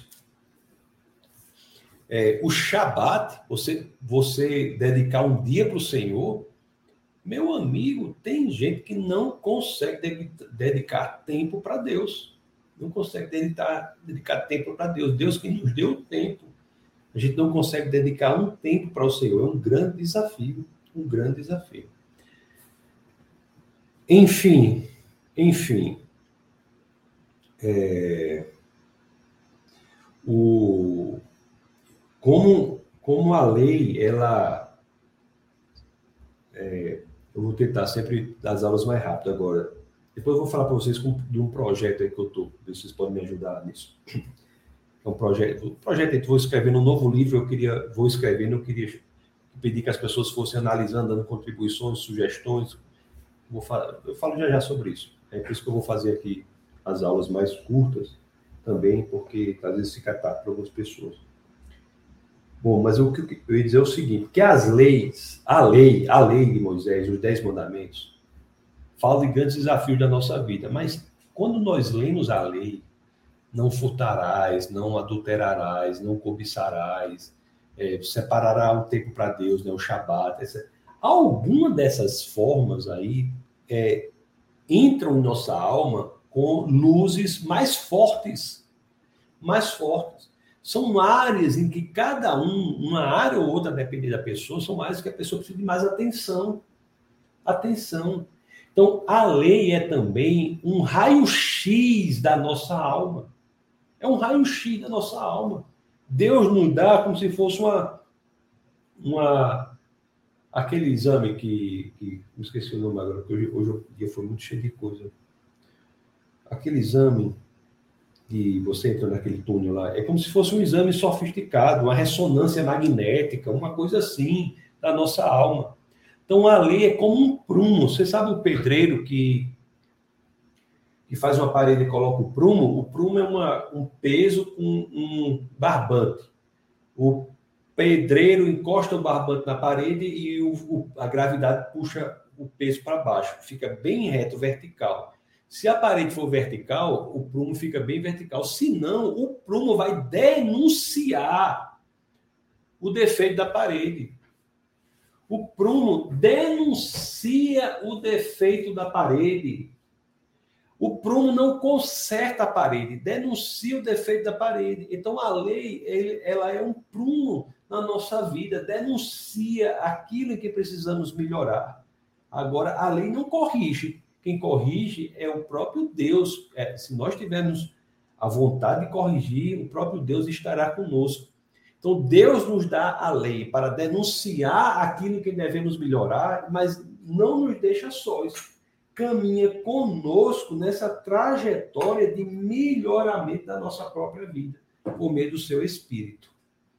É, o Shabat, você, você dedicar um dia para o Senhor... Meu amigo, tem gente que não consegue dedicar tempo para Deus. Não consegue dedicar, dedicar tempo para Deus. Deus que nos deu tempo. A gente não consegue dedicar um tempo para o Senhor. É um grande desafio. Um grande desafio. Enfim, Enfim, é, o, como, como a lei, ela... É, eu vou tentar sempre dar as aulas mais rápido agora. Depois eu vou falar para vocês de um projeto aí que eu estou, vocês podem me ajudar nisso. É um projeto, um projeto aí que eu vou escrever um novo livro, eu queria, vou escrever, eu queria pedir que as pessoas fossem analisando, dando contribuições, sugestões. Vou falar, eu falo já já sobre isso. É por isso que eu vou fazer aqui as aulas mais curtas também, porque às vezes fica tarde para algumas pessoas. Bom, mas o que eu ia dizer é o seguinte, que as leis, a lei, a lei de Moisés, os dez mandamentos, falam de grandes desafios da nossa vida, mas quando nós lemos a lei, não furtarás, não adulterarás, não cobiçarás, é, separará um tempo para Deus, né, o Shabat, essa, alguma dessas formas aí é, entram em nossa alma com luzes mais fortes, mais fortes. São áreas em que cada um, uma área ou outra, dependendo da pessoa, são áreas que a pessoa precisa de mais atenção. Atenção. Então, a lei é também um raio-x da nossa alma. É um raio-x da nossa alma. Deus nos dá como se fosse uma... uma aquele exame que... que não esqueci o nome agora, porque hoje, hoje o dia foi muito cheio de coisa. Aquele exame... de você entra naquele túnel lá, é como se fosse um exame sofisticado, uma ressonância magnética, uma coisa assim, da nossa alma. Então, a lei é como um prumo. Você sabe o pedreiro que, que faz uma parede e coloca o prumo? O prumo é uma, um peso com um barbante. O pedreiro encosta o barbante na parede e o, o, a gravidade puxa o peso para baixo. Fica bem reto, vertical. Se a parede for vertical, o prumo fica bem vertical. Se não, o prumo vai denunciar o defeito da parede. O prumo denuncia o defeito da parede. O prumo não conserta a parede, denuncia o defeito da parede. Então, a lei, ele, ela é um prumo na nossa vida, denuncia aquilo em que precisamos melhorar. Agora, a lei não corrige. Quem corrige é o próprio Deus. É, se nós tivermos a vontade de corrigir, o próprio Deus estará conosco. Então, Deus nos dá a lei para denunciar aquilo que devemos melhorar, mas não nos deixa sós. Caminha conosco nessa trajetória de melhoramento da nossa própria vida, por meio do seu Espírito.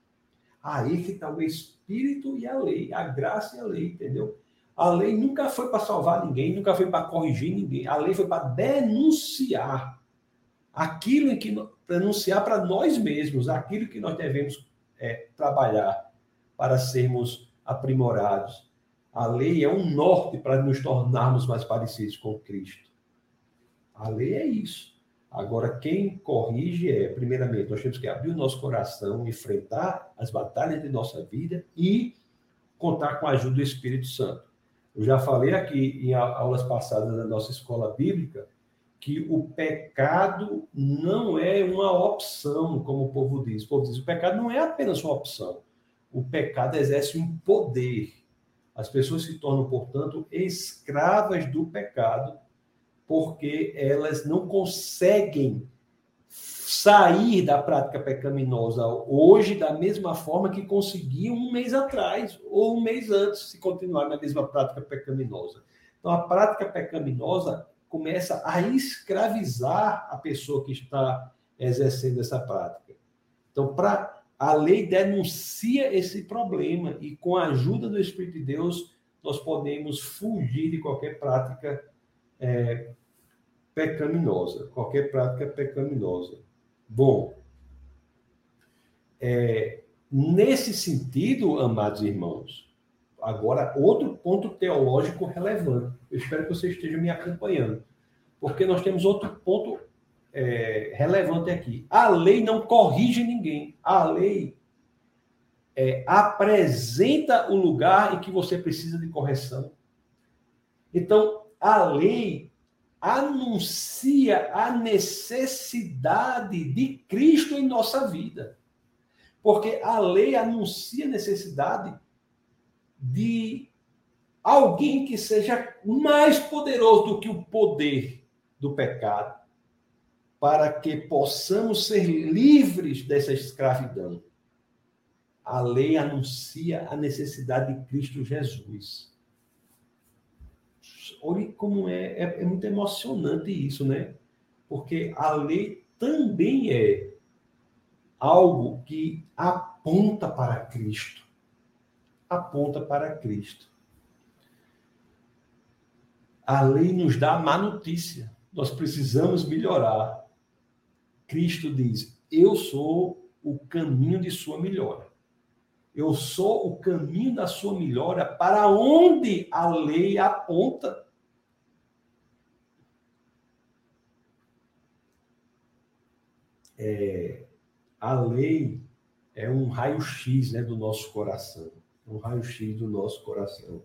Aí que está o Espírito e a lei, a graça e a lei, entendeu? A lei nunca foi para salvar ninguém, nunca foi para corrigir ninguém. A lei foi para denunciar aquilo em que denunciar para nós mesmos, aquilo que nós devemos é, trabalhar para sermos aprimorados. A lei é um norte para nos tornarmos mais parecidos com Cristo. A lei é isso. Agora, quem corrige é, primeiramente, nós temos que abrir o nosso coração, enfrentar as batalhas de nossa vida e contar com a ajuda do Espírito Santo. Eu já falei aqui em aulas passadas da nossa escola bíblica que o pecado não é uma opção, como o povo diz. O povo diz, o pecado não é apenas uma opção. O pecado exerce um poder. As pessoas se tornam, portanto, escravas do pecado, porque elas não conseguem sair da prática pecaminosa hoje da mesma forma que conseguiam um mês atrás ou um mês antes, se continuar na mesma prática pecaminosa. Então, a prática pecaminosa começa a escravizar a pessoa que está exercendo essa prática. Então, para a lei denuncia esse problema e com a ajuda do Espírito de Deus nós podemos fugir de qualquer prática é, pecaminosa, qualquer prática pecaminosa. Bom, é, nesse sentido, amados irmãos, agora outro ponto teológico relevante. Eu espero que você esteja me acompanhando, porque nós temos outro ponto é, relevante aqui. A lei não corrige ninguém. A lei é, apresenta o lugar em que você precisa de correção. Então, a lei anuncia a necessidade de Cristo em nossa vida. Porque a lei anuncia a necessidade de alguém que seja mais poderoso do que o poder do pecado, para que possamos ser livres dessa escravidão. A lei anuncia a necessidade de Cristo Jesus. Olha como é, é, é muito emocionante isso, né? Porque a lei também é algo que aponta para Cristo. Aponta para Cristo. A lei nos dá a má notícia. Nós precisamos melhorar. Cristo diz, eu sou o caminho de sua melhora. Eu sou o caminho da sua melhora para onde a lei aponta. É, a lei é um raio-x, né, do nosso coração. Um raio-x do nosso coração.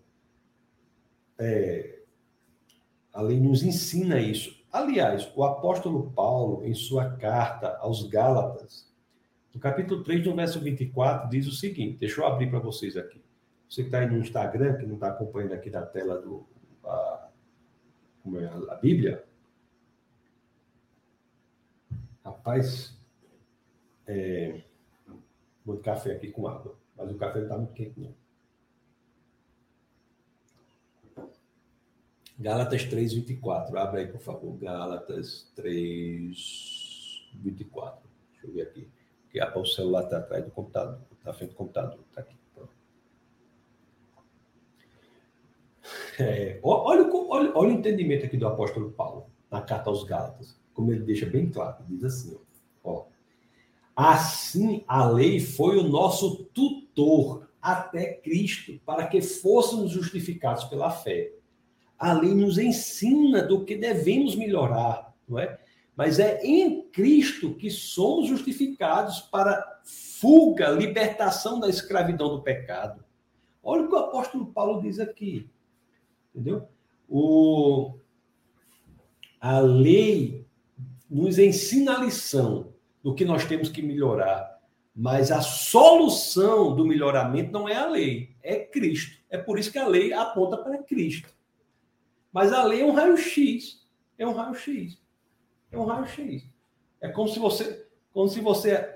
É, a lei nos ensina isso. Aliás, o apóstolo Paulo, em sua carta aos Gálatas, no capítulo três, no verso vinte e quatro, diz o seguinte, deixa eu abrir para vocês aqui. Você que está aí no Instagram, que não está acompanhando aqui na tela do, a, como é, a Bíblia, rapaz, é, vou de café aqui com água, mas o café não está muito quente, não. Gálatas três, vinte e quatro, abre aí, por favor. Gálatas três, vinte e quatro. Deixa eu ver aqui. Porque o celular está atrás do computador, está à frente do computador, está aqui. É, olha, olha, olha o entendimento aqui do apóstolo Paulo, na carta aos Gálatas, como ele deixa bem claro, diz assim, ó, ó, assim a lei foi o nosso tutor até Cristo, para que fôssemos justificados pela fé. A lei nos ensina do que devemos melhorar, não é? Mas é em Cristo que somos justificados para fuga, libertação da escravidão do pecado. Olha o que o apóstolo Paulo diz aqui. Entendeu? O, a lei nos ensina a lição do que nós temos que melhorar, mas a solução do melhoramento não é a lei, é Cristo. É por isso que a lei aponta para Cristo. Mas a lei é um raio-x. É um raio-x. É um raio-x. É como se você... Como se você...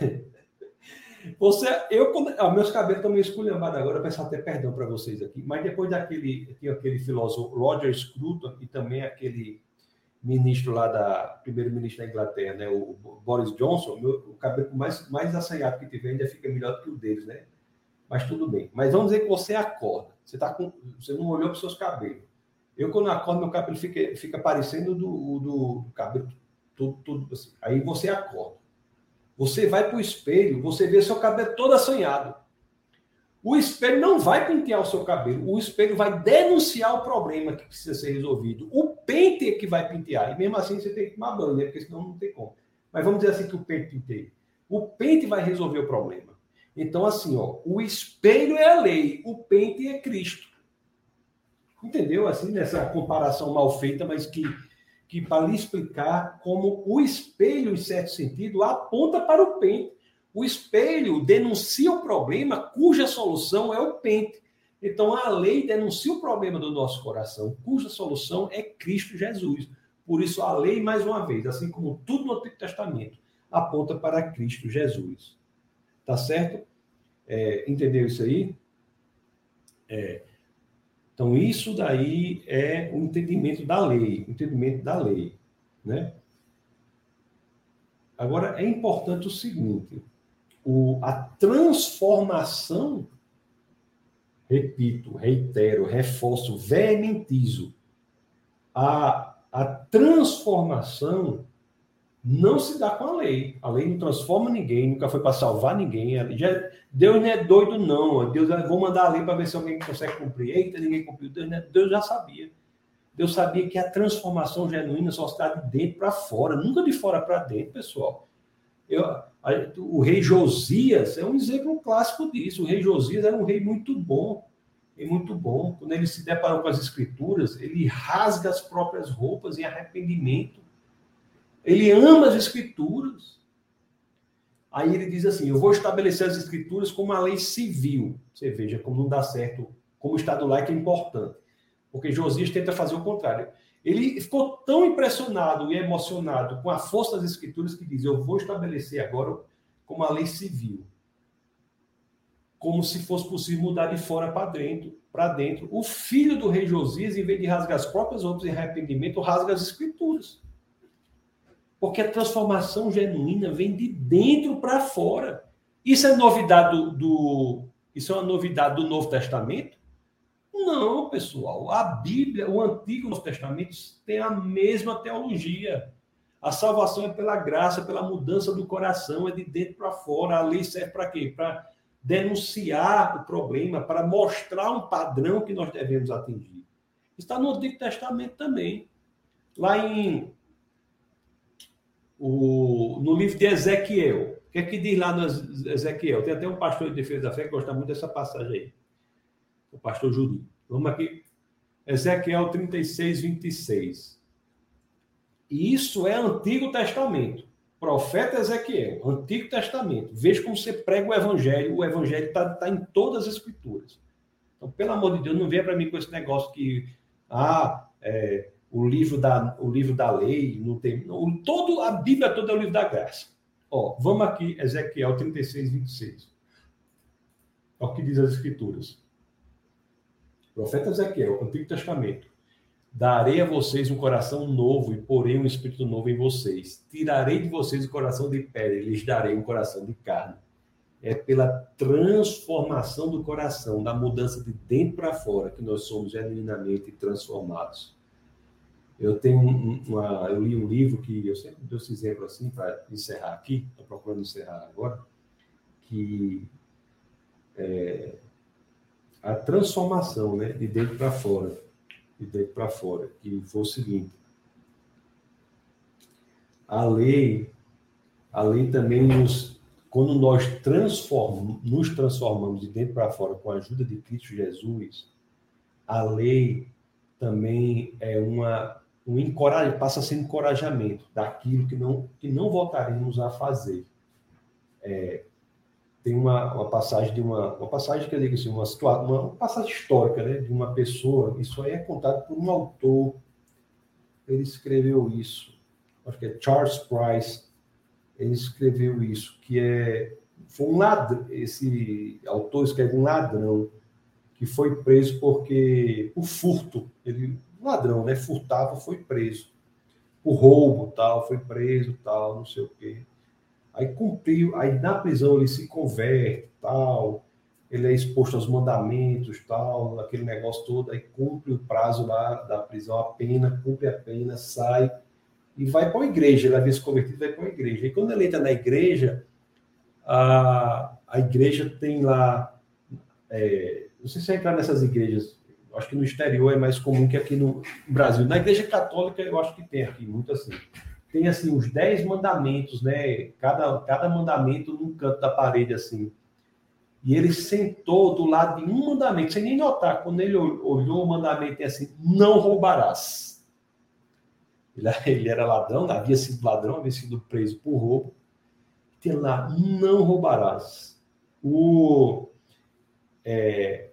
Você, eu, ah, meus cabelos estão meio esculhambados agora, eu peço até perdão para vocês aqui, mas depois daquele, aquele filósofo Roger Scruton e também aquele ministro lá da, primeiro-ministro da Inglaterra, né, o Boris Johnson, meu, o cabelo mais, mais assanhado que tiver ainda fica melhor do que o deles, né? Mas tudo bem. Mas vamos dizer que você acorda, você, tá com, você não olhou para os seus cabelos. Eu, quando acordo, meu cabelo fica, fica parecendo do, do, do cabelo, tudo, tudo assim. Aí você acorda. Você vai para o espelho, você vê seu cabelo todo assanhado. O espelho não vai pentear o seu cabelo, o espelho vai denunciar o problema que precisa ser resolvido. O pente é que vai pentear, e mesmo assim você tem que tomar banho, né? Porque senão não tem como. Mas vamos dizer assim que o pente penteia. O pente vai resolver o problema. Então, assim, ó, o espelho é a lei, o pente é Cristo. Entendeu? Assim, nessa comparação mal feita, mas que... que para lhe explicar como o espelho, em certo sentido, aponta para o pente. O espelho denuncia o problema cuja solução é o pente. Então, a lei denuncia o problema do nosso coração, cuja solução é Cristo Jesus. Por isso, a lei, mais uma vez, assim como tudo no Antigo Testamento, aponta para Cristo Jesus. Tá certo? É, entendeu isso aí? É... Então, isso daí é o entendimento da lei, o entendimento da lei, né? Agora, é importante o seguinte, o, a transformação, repito, reitero, reforço, veementizo, a, a transformação não se dá com a lei. A lei não transforma ninguém, nunca foi para salvar ninguém. Já, Deus não é doido, não. Deus, vou mandar a lei para ver se alguém consegue cumprir. Eita, ninguém cumpriu. Deus, né? Deus já sabia. Deus sabia que a transformação genuína só está de dentro para fora, nunca de fora para dentro, pessoal. Eu, a, o rei Josias é um exemplo clássico disso. O rei Josias era um rei muito bom. E muito bom. Quando ele se deparou com as escrituras, ele rasga as próprias roupas em arrependimento. Ele ama as escrituras. Aí ele diz assim, eu vou estabelecer as escrituras como uma lei civil. Você veja como não dá certo, como o Estado laico é importante. Porque Josias tenta fazer o contrário. Ele ficou tão impressionado e emocionado com a força das Escrituras que diz: eu vou estabelecer agora como a lei civil, como se fosse possível mudar de fora para dentro, para dentro. O filho do rei Josias, em vez de rasgar as próprias roupas em arrependimento, rasga as Escrituras. Porque a transformação genuína vem de dentro para fora. Isso é novidade do, do, isso é uma novidade do Novo Testamento? Não, pessoal. A Bíblia, o Antigo e o Novo Testamento tem a mesma teologia. A salvação é pela graça, pela mudança do coração, é de dentro para fora. A lei serve para quê? Para denunciar o problema, para mostrar um padrão que nós devemos atingir. Está no Antigo Testamento também. Lá em o, no livro de Ezequiel. O que é que diz lá no Ezequiel? Tem até um pastor de defesa da fé que gosta muito dessa passagem aí. O pastor Júlio. Vamos aqui. Ezequiel trinta e seis, vinte e seis. E isso é Antigo Testamento. Profeta Ezequiel, Antigo Testamento. Veja como você prega o Evangelho. O Evangelho está tá em todas as Escrituras. Então, pelo amor de Deus, não venha para mim com esse negócio que ah, é, o, livro da, o livro da lei não tem... Não, todo, a Bíblia toda é o livro da graça. Ó, vamos aqui, Ezequiel trinta e seis, vinte e seis. Olha o que diz as Escrituras. Profeta Ezequiel, Antigo Testamento. Darei a vocês um coração novo e porei um espírito novo em vocês. Tirarei de vocês o coração de pedra e lhes darei um coração de carne. É pela transformação do coração, da mudança de dentro para fora, que nós somos genuinamente transformados. Eu tenho uma, eu li um livro que eu sempre dou esse exemplo assim para encerrar aqui. Estou procurando encerrar agora, que é a transformação, né, de dentro para fora. De dentro para fora, que foi o seguinte: a lei, a lei também nos, quando nós transformamos, nos transformamos de dentro para fora com a ajuda de Cristo Jesus, a lei também é uma, um encoraj, passa a ser encorajamento daquilo que não, que não voltaremos a fazer. É, tem uma, uma passagem de uma, uma passagem que eu digo assim, uma, uma, uma passagem histórica, né, de uma pessoa. Isso aí é contado por um autor. Ele escreveu isso. Acho que é Charles Price. Ele escreveu isso, que é foi um ladrão. Esse autor escreve um ladrão que foi preso porque por furto. Ele, um ladrão, né, furtava, foi preso. Por roubo, tal, foi preso, tal, não sei o quê. Aí cumpriu, aí na prisão ele se converte, tal, ele é exposto aos mandamentos, tal, aquele negócio todo, aí cumpre o prazo lá da prisão, a pena, cumpre a pena, sai e vai para a igreja, ele havia se convertido, vai para a igreja. E quando ele entra na igreja, a, a igreja tem lá, é, não sei se vai entrar nessas igrejas, acho que no exterior é mais comum que aqui no Brasil. Na igreja católica eu acho que tem aqui, muito assim. Tem, assim, os dez mandamentos, né? Cada, cada mandamento num canto da parede, assim. E ele sentou do lado de um mandamento, sem nem notar. Quando ele olhou o mandamento, é assim: não roubarás. Ele, ele era ladrão, havia sido ladrão, havia sido preso por roubo. Tem lá: não roubarás. O, é,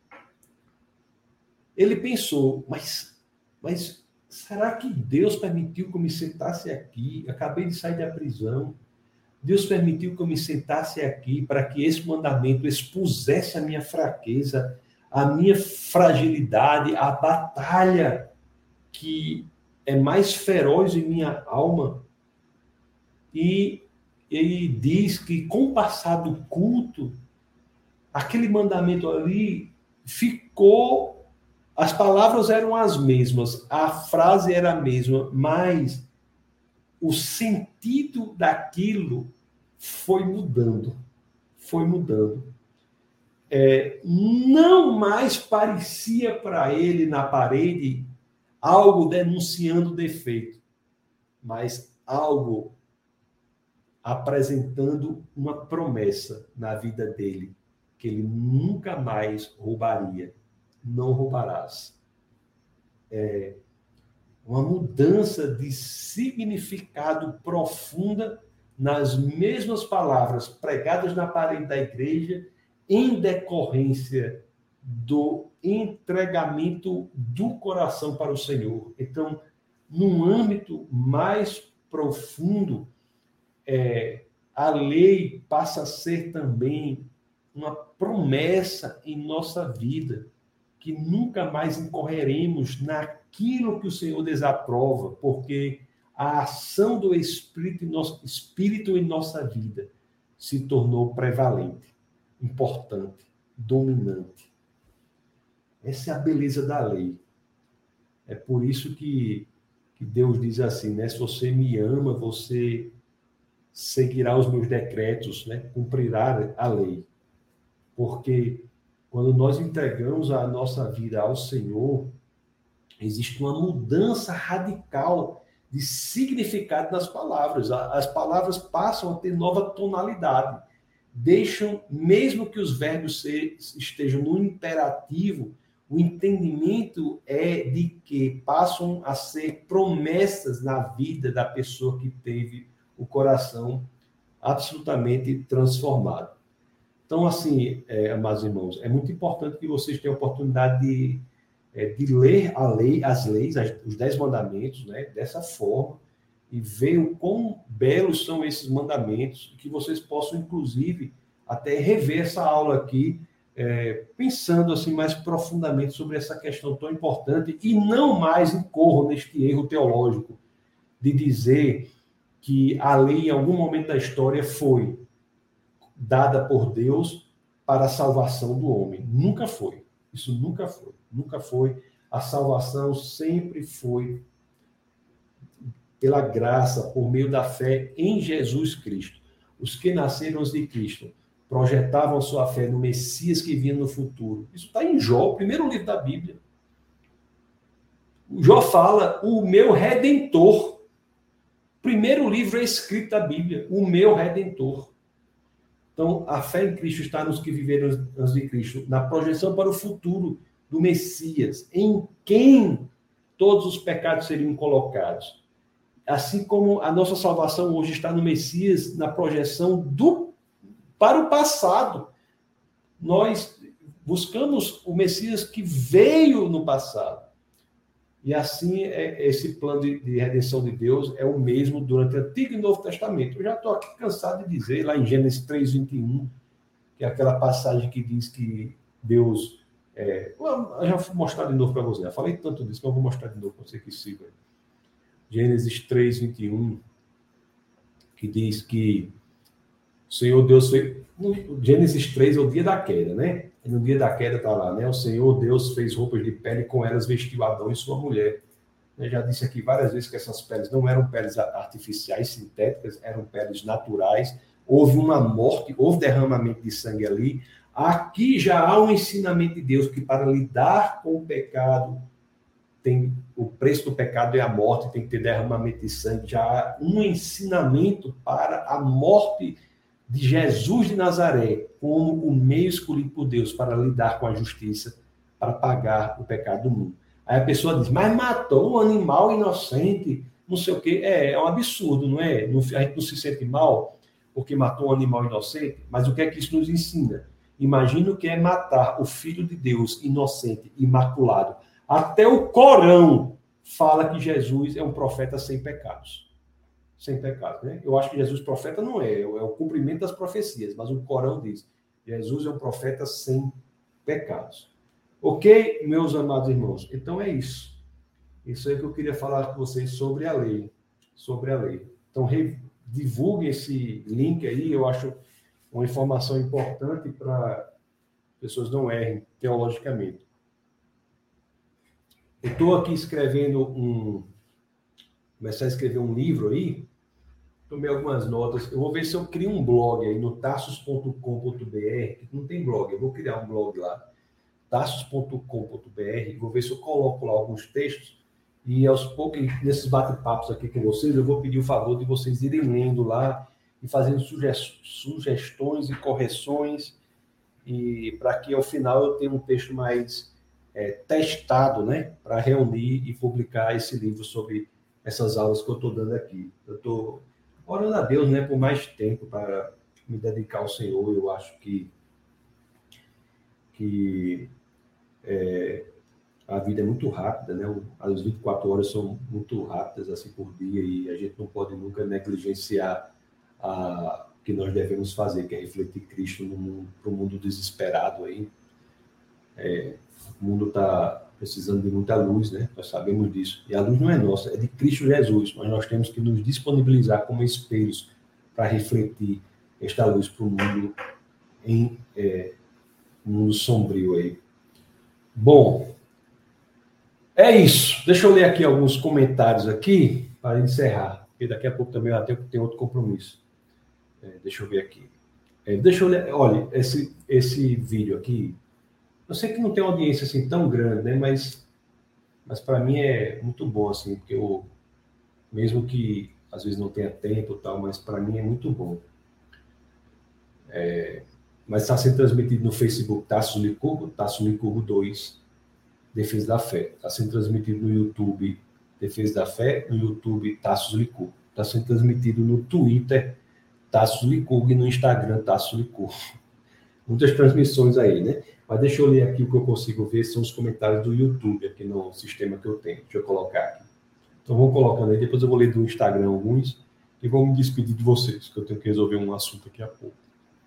ele pensou, mas... mas será que Deus permitiu que eu me sentasse aqui? Acabei de sair da prisão. Deus permitiu que eu me sentasse aqui para que esse mandamento expusesse a minha fraqueza, a minha fragilidade, a batalha que é mais feroz em minha alma. E ele diz que com o passar do culto, aquele mandamento ali ficou... As palavras eram as mesmas, a frase era a mesma, mas o sentido daquilo foi mudando, foi mudando. É, não mais parecia para ele na parede algo denunciando defeito, mas algo apresentando uma promessa na vida dele, que ele nunca mais roubaria. Não roubarás. É uma mudança de significado profunda nas mesmas palavras pregadas na parede da igreja, em decorrência do entregamento do coração para o Senhor. Então, num âmbito mais profundo, é, a lei passa a ser também uma promessa em nossa vida, que nunca mais incorreremos naquilo que o Senhor desaprova, porque a ação do Espírito em, nosso, Espírito em nossa vida se tornou prevalente, importante, dominante. Essa é a beleza da lei. É por isso que, que Deus diz assim, né? Se você me ama, você seguirá os meus decretos, né? Cumprirá a lei. Porque quando nós entregamos a nossa vida ao Senhor, existe uma mudança radical de significado nas palavras. As palavras passam a ter nova tonalidade. Deixam, mesmo que os verbos estejam no imperativo, o entendimento é de que passam a ser promessas na vida da pessoa que teve o coração absolutamente transformado. Então, assim, é, amados irmãos, é muito importante que vocês tenham a oportunidade de, é, de ler a lei, as leis, as, os dez mandamentos, né, dessa forma, e ver o quão belos são esses mandamentos, que vocês possam, inclusive, até rever essa aula aqui, é, pensando assim mais profundamente sobre essa questão tão importante, e não mais incorram neste erro teológico de dizer que a lei, em algum momento da história, foi dada por Deus para a salvação do homem. Nunca foi. Isso nunca foi. Nunca foi. A salvação sempre foi pela graça, por meio da fé em Jesus Cristo. Os que nasceram de Cristo projetavam sua fé no Messias que vinha no futuro. Isso está em Jó, o primeiro livro da Bíblia. Jó fala, o meu Redentor. Primeiro livro é escrito da Bíblia, o meu Redentor. Então, a fé em Cristo está nos que viveram antes de Cristo, na projeção para o futuro do Messias, em quem todos os pecados seriam colocados. Assim como a nossa salvação hoje está no Messias, na projeção do, para o passado. Nós buscamos o Messias que veio no passado. E assim, é, esse plano de, de redenção de Deus é o mesmo durante o Antigo e Novo Testamento. Eu já estou aqui cansado de dizer, lá em Gênesis três, vinte e um, que é aquela passagem que diz que Deus... É, eu já vou mostrar de novo para você. Eu falei tanto disso, mas eu vou mostrar de novo para você que siga. Gênesis três, vinte e um, que diz que o Senhor Deus fez... Gênesis três é o dia da queda, né? E no dia da queda está lá, né? O Senhor Deus fez roupas de pele e com elas vestiu Adão e sua mulher. Eu já disse aqui várias vezes que essas peles não eram peles artificiais, sintéticas, eram peles naturais. Houve uma morte, houve derramamento de sangue ali. Aqui já há um ensinamento de Deus que para lidar com o pecado, tem, o preço do pecado é a morte, tem que ter derramamento de sangue. Já há um ensinamento para a morte de Jesus de Nazaré como o meio escolhido por Deus para lidar com a justiça, para pagar o pecado do mundo. Aí a pessoa diz, mas matou um animal inocente, não sei o quê. É, é um absurdo, não é? A gente não se sente mal porque matou um animal inocente, mas o que é que isso nos ensina? Imagina o que é matar o Filho de Deus inocente, imaculado. Até o Corão fala que Jesus é um profeta sem pecados. Sem pecado, né? Eu acho que Jesus profeta não é, é o cumprimento das profecias, mas o Corão diz, Jesus é um profeta sem pecados. Ok, meus amados irmãos? Então é isso. Isso é que eu queria falar com vocês sobre a lei, sobre a lei. Então divulguem esse link aí, eu acho uma informação importante para pessoas não errem teologicamente. Eu estou aqui escrevendo um, começar a escrever um livro aí, tomei algumas notas. Eu vou ver se eu crio um blog aí no tarsus ponto com ponto b r. Não tem blog, eu vou criar um blog lá. tarsus ponto com ponto b r. Vou ver se eu coloco lá alguns textos. E aos poucos, nesses bate-papos aqui com vocês, eu vou pedir o favor de vocês irem lendo lá e fazendo sugestões e correções. E para que ao final eu tenha um texto mais é, testado, né? Para reunir e publicar esse livro sobre essas aulas que eu estou dando aqui. Eu estou orando a Deus, né, por mais tempo para me dedicar ao Senhor. Eu acho que, que é, a vida é muito rápida, né? As vinte e quatro horas são muito rápidas assim por dia e a gente não pode nunca negligenciar a que nós devemos fazer, que é refletir Cristo no mundo, para o mundo desesperado aí. É, o mundo está precisando de muita luz, né? Nós sabemos disso. E a luz não é nossa, é de Cristo Jesus, mas nós temos que nos disponibilizar como espelhos para refletir esta luz para o mundo em é, um mundo sombrio aí. Bom, é isso. Deixa eu ler aqui alguns comentários aqui para encerrar, porque daqui a pouco também eu até tenho outro compromisso. É, deixa eu ver aqui. É, deixa eu ler. Olha, esse, esse vídeo aqui, eu sei que não tem uma audiência assim tão grande, né? Mas, mas para mim é muito bom, assim, porque eu, mesmo que às vezes não tenha tempo e tal, mas para mim é muito bom. É, mas está sendo transmitido no Facebook Tasso Licurgo, Tasso Licurgo dois, Defesa da Fé. Está sendo transmitido no YouTube Defesa da Fé, no YouTube Tasso Licurgo. Está sendo transmitido no Twitter Tasso Licurgo e no Instagram Tasso Licurgo. Muitas transmissões aí, né? Mas deixa eu ler aqui o que eu consigo ver, são os comentários do YouTube aqui no sistema que eu tenho. Deixa eu colocar aqui. Então vou colocando aí, depois eu vou ler do Instagram alguns e vou me despedir de vocês, que eu tenho que resolver um assunto aqui a pouco.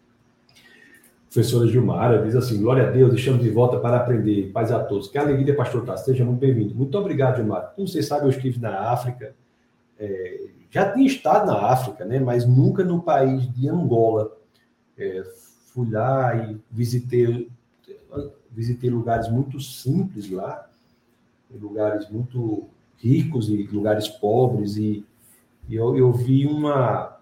Professora Gilmara diz assim: glória a Deus, estamos de volta para aprender. Paz a todos. Que alegria, pastor Tasso. Seja muito bem-vindo. Muito obrigado, Gilmara. Como vocês sabem, eu estive na África. É, já tinha estado na África, né? Mas nunca no país de Angola. É, fui lá e visitei, visitei lugares muito simples lá, lugares muito ricos e lugares pobres. E, e eu, eu vi uma...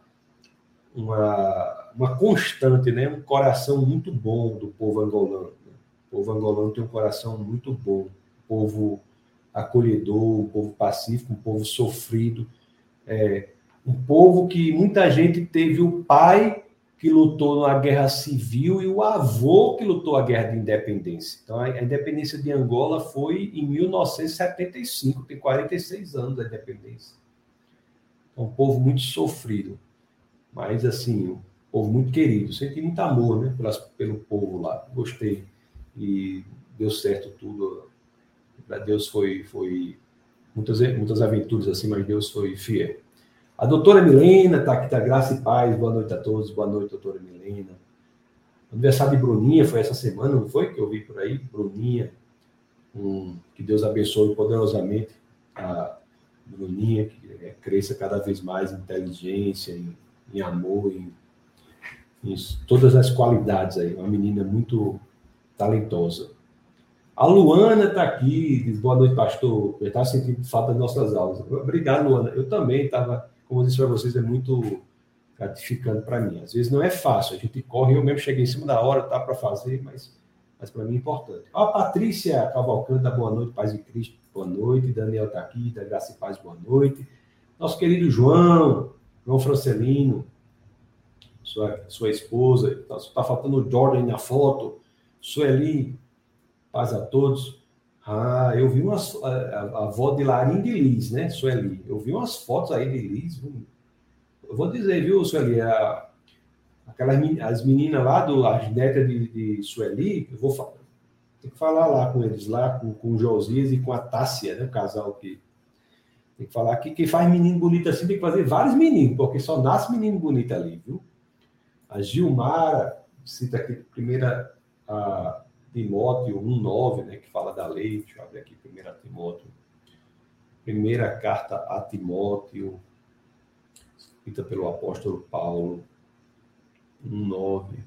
uma uma constante, né? Um coração muito bom do povo angolano. Né? O povo angolano tem um coração muito bom, um povo acolhedor, um povo pacífico, um povo sofrido, é, um povo que muita gente teve o pai que lutou na guerra civil e o avô que lutou a guerra de independência. Então, a independência de Angola foi em mil novecentos e setenta e cinco, tem quarenta e seis anos a independência. É um povo muito sofrido, mas assim... povo muito querido, senti muito amor, né, pelas, pelo povo lá, gostei, e deu certo tudo, para Deus foi, foi muitas, muitas aventuras assim, mas Deus foi fiel. A doutora Milena está aqui, tá, graça e paz, boa noite a todos, boa noite, doutora Milena. O aniversário de Bruninha foi essa semana, não foi, que eu vi por aí, Bruninha, um, que Deus abençoe poderosamente a Bruninha, que cresça cada vez mais em inteligência, em, em amor, em isso, todas as qualidades aí, uma menina muito talentosa. A Luana está aqui, diz boa noite, pastor. Eu estava sentindo falta das nossas aulas. Obrigado, Luana. Eu também estava, como eu disse para vocês, é muito gratificante para mim. Às vezes não é fácil, a gente corre, eu mesmo cheguei em cima da hora, tá para fazer, mas, mas para mim é importante. A Patrícia Cavalcante, boa noite, paz em Cristo, boa noite. Daniel está aqui, da graça e paz, boa noite. Nosso querido João, João Francelino, Sua, sua esposa, está faltando o Jordan na foto, Sueli, paz a todos. Ah, eu vi umas, a, a, a avó de Larim de Liz, né, Sueli? Eu vi umas fotos aí de Liz. Eu vou dizer, viu, Sueli, a, aquelas as meninas lá, do, as netas de, de Sueli, eu vou falar, tem que falar lá com eles, lá com, com o Josias e com a Tássia, né, o casal que tem que falar que quem faz menino bonito assim tem que fazer vários meninos, porque só nasce menino bonito ali, viu? A Gilmara cita aqui, primeira a Timóteo um, nove, né, que fala da lei. Deixa eu abrir aqui, primeira Timóteo. Primeira carta a Timóteo, escrita pelo apóstolo Paulo, um, nove.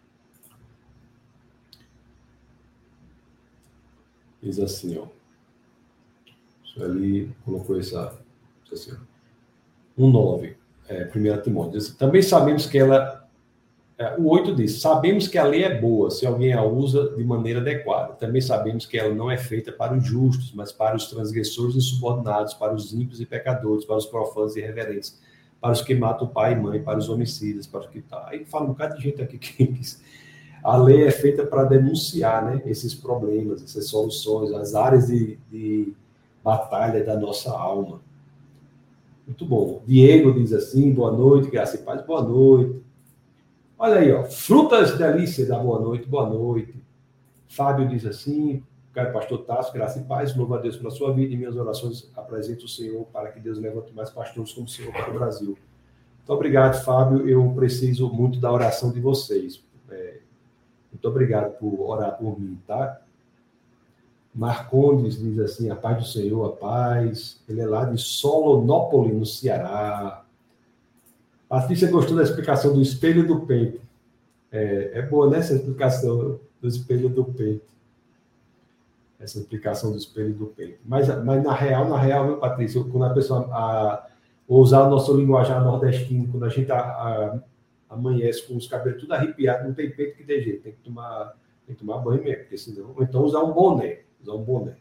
Diz assim, ó. Isso ali colocou essa, assim, ó. um, nove. É, primeira Timóteo. Diz, também sabemos que ela... O oito diz, sabemos que a lei é boa se alguém a usa de maneira adequada. Também sabemos que ela não é feita para os justos, mas para os transgressores insubordinados, para os ímpios e pecadores, para os profanos e irreverentes, para os que matam pai e mãe, para os homicidas, para os que... Tá. Aí fala um bocado de gente aqui que diz, a lei é feita para denunciar, né, esses problemas, essas soluções, as áreas de, de batalha da nossa alma. Muito bom. Diego diz assim, boa noite, graça e paz, boa noite. Olha aí, ó, Frutas Delícias da boa noite, boa noite. Fábio diz assim, Caro pastor Tasso, graça e paz, louvo a Deus pela sua vida e minhas orações apresento o Senhor para que Deus levante mais pastores como o Senhor para o Brasil. Muito obrigado, Fábio, eu preciso muito da oração de vocês. É, muito obrigado por orar por mim, tá? Marcondes diz assim, a paz do Senhor, a paz. Ele é lá de Solonópolis, no Ceará. Patrícia gostou da explicação do espelho do peito. É, é boa, né, essa explicação do espelho do peito. Essa explicação do espelho do peito. Mas, mas na real, na real, viu, Patrícia, quando a pessoa a, usar o nosso linguajar nordestino, quando a gente a, a, amanhece com os cabelos tudo arrepiados, não tem peito que dê jeito, tem que tomar, tem que tomar banho mesmo, porque senão, ou então usar um boné, usar um boné.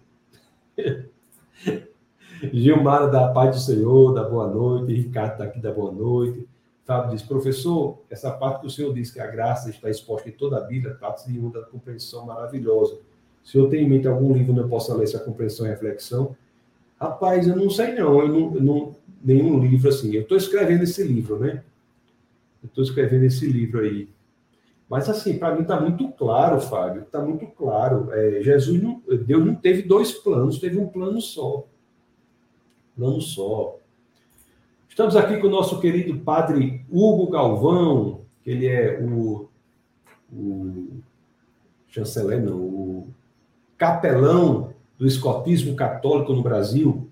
Gilmar da paz do Senhor, da boa noite, Ricardo está aqui da boa noite. Fábio diz, professor, essa parte que o senhor diz que a graça está exposta em toda a Bíblia, trata-se de uma compreensão maravilhosa. O senhor tem em mente algum livro onde eu possa ler essa compreensão e reflexão? Rapaz, eu não sei não, eu não, eu não nenhum livro assim. Eu estou escrevendo esse livro, né? Eu estou escrevendo esse livro aí. Mas assim, para mim está muito claro, Fábio, está muito claro. É, Jesus, não, Deus não teve dois planos, teve um plano só. Plano só. Estamos aqui com o nosso querido padre Hugo Galvão, que ele é o, o chanceler, não, o capelão do escotismo católico no Brasil.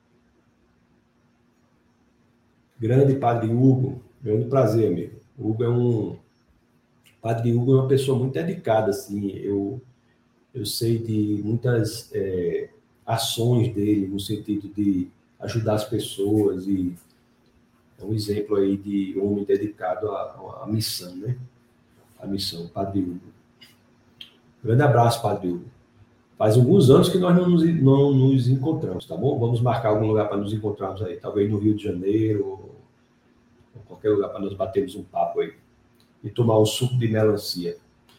Grande padre Hugo, grande prazer, amigo. O Hugo é um... Padre Hugo é uma pessoa muito dedicada, assim, eu, eu sei de muitas é, ações dele, no sentido de ajudar as pessoas, e é um exemplo aí de homem dedicado à, à missão, né? A missão, Padre Hugo. Grande abraço, Padre Hugo. Faz alguns anos que nós não nos, não nos encontramos, tá bom? Vamos marcar algum lugar para nos encontrarmos aí, talvez no Rio de Janeiro, ou, ou qualquer lugar para nós batermos um papo aí e tomar um suco de melancia.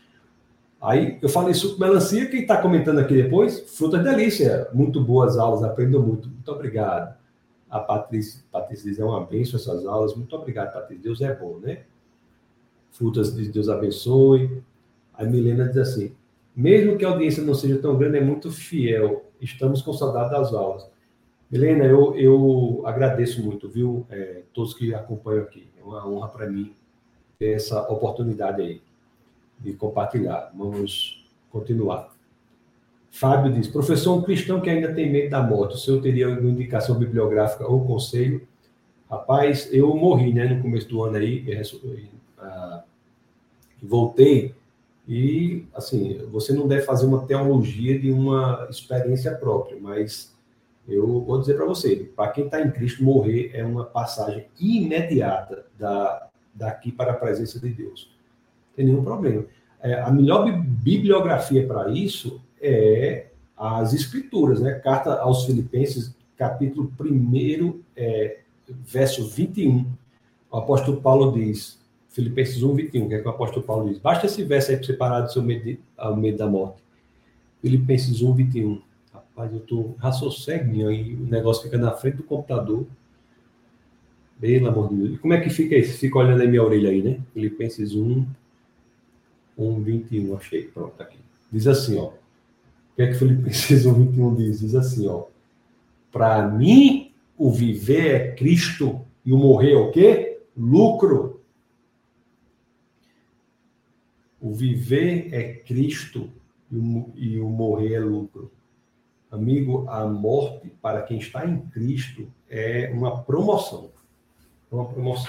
Aí, eu falei suco de melancia, quem está comentando aqui depois? Frutas Delícia, muito boas aulas, aprendo muito, muito obrigado. A Patrícia, Patrícia diz, é uma bênção essas aulas, muito obrigado, Patrícia, Deus é bom, né? Frutas diz, Deus abençoe. A Milena diz assim, mesmo que a audiência não seja tão grande, é muito fiel, estamos com saudade das aulas. Milena, eu, eu agradeço muito, viu, é, todos que acompanham aqui, é uma honra para mim ter essa oportunidade aí de compartilhar. Vamos continuar. Fábio diz, professor, um cristão que ainda tem medo da morte, o senhor teria alguma indicação bibliográfica ou conselho? Rapaz, eu morri, né, no começo do ano aí, e, ah, voltei, e, assim, você não deve fazer uma teologia de uma experiência própria, mas eu vou dizer para você, para quem está em Cristo, morrer é uma passagem imediata da, daqui para a presença de Deus. Não tem nenhum problema. É, a melhor bibliografia para isso é as Escrituras, né? Carta aos Filipenses, capítulo um, é, verso vinte e um. O apóstolo Paulo diz, Filipenses um, vinte e um, que é que o apóstolo Paulo diz? Basta esse verso aí para você parar do seu medo, ao medo da morte. Filipenses um, vinte e um. Rapaz, eu estou raciocínio aí, o negócio fica na frente do computador. Pelo amor de Deus. E como é que fica isso? Fica olhando aí minha orelha aí, né? Filipenses um, um, vinte e um, achei. Pronto, tá aqui. Diz assim, ó. O que é que Filipenses um, vinte e um diz? Diz assim, ó. Para mim, o viver é Cristo e o morrer é o quê? Lucro. O viver é Cristo e o, e o morrer é lucro. Amigo, a morte, para quem está em Cristo, é uma promoção. Uma promoção.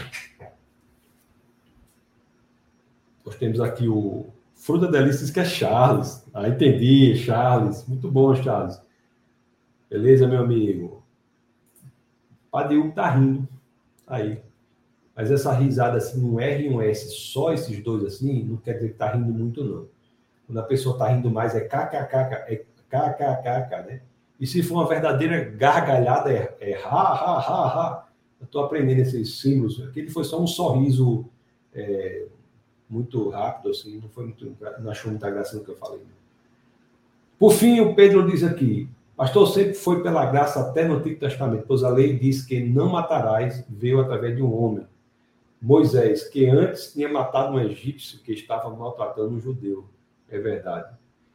Nós temos aqui o Fruta Delícias, que é Charles. Ah, entendi, Charles. Muito bom, Charles. Beleza, meu amigo? O Padre Hugo tá rindo. Aí. Mas essa risada assim, um R e um S, só esses dois assim, não quer dizer que tá rindo muito, não. Quando a pessoa tá rindo mais, é kkkk, é kkkk, né? E se for uma verdadeira gargalhada, é, é ha, ha, ha, ha. Eu estou aprendendo esses símbolos. Aquele foi só um sorriso é, muito rápido, assim, não foi muito, não achou muita graça no que eu falei. Por fim, o Pedro diz aqui, pastor, sempre foi pela graça até no Antigo Testamento, pois a lei diz que não matarás, veio através de um homem. Moisés, que antes tinha matado um egípcio que estava maltratando um judeu. É verdade.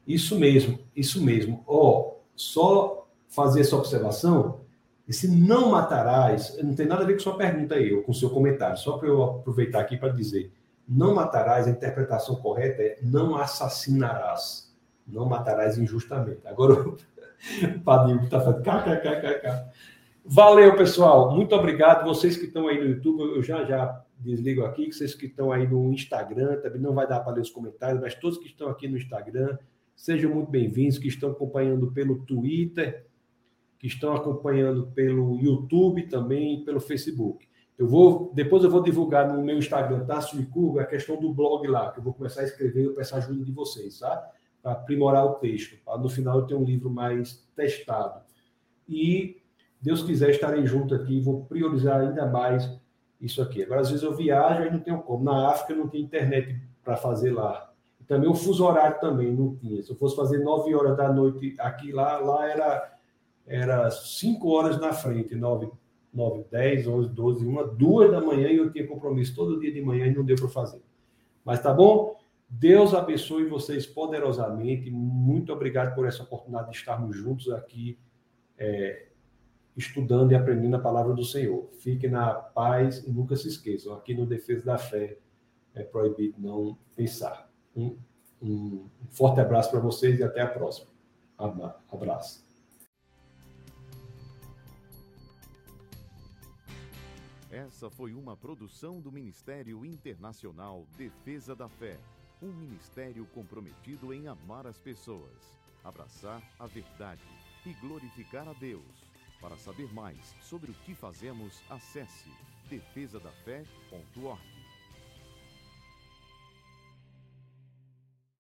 Isso mesmo, isso mesmo. Ó, só fazer essa observação, esse não matarás, não tem nada a ver com sua pergunta aí, ou com seu comentário, só para eu aproveitar aqui para dizer, não matarás, a interpretação correta é não assassinarás, não matarás injustamente. Agora, o Padrinho está falando, kkkk. Valeu, pessoal, muito obrigado, vocês que estão aí no YouTube, eu já já desligo aqui, vocês que estão aí no Instagram, também não vai dar para ler os comentários, mas todos que estão aqui no Instagram, sejam muito bem-vindos, que estão acompanhando pelo Twitter, que estão acompanhando pelo YouTube também, pelo Facebook. Eu vou, depois eu vou divulgar no meu Instagram, Tássio Licurgo, a questão do blog lá, que eu vou começar a escrever e eu peço a ajuda de vocês, tá? Para aprimorar o texto, para no final eu ter um livro mais testado. E, Deus quiser, estarei junto aqui, vou priorizar ainda mais isso aqui. Agora, às vezes eu viajo e não tenho como. Na África não tem internet para fazer lá. Também o fuso horário também não tinha. Se eu fosse fazer nove horas da noite aqui, lá, lá era, era cinco horas na frente, nove, nove, dez, onze, doze, uma, duas da manhã, e eu tinha compromisso todo dia de manhã e não deu para fazer. Mas tá bom? Deus abençoe vocês poderosamente. Muito obrigado por essa oportunidade de estarmos juntos aqui, é, estudando e aprendendo a palavra do Senhor. Fiquem na paz e nunca se esqueçam. Aqui no Defesa da Fé é proibido não pensar. Um, um forte abraço para vocês e até a próxima. Abraço. Essa foi uma produção do Ministério Internacional Defesa da Fé, um ministério comprometido em amar as pessoas, abraçar a verdade e glorificar a Deus. Para saber mais sobre o que fazemos, acesse defesa da fé ponto org.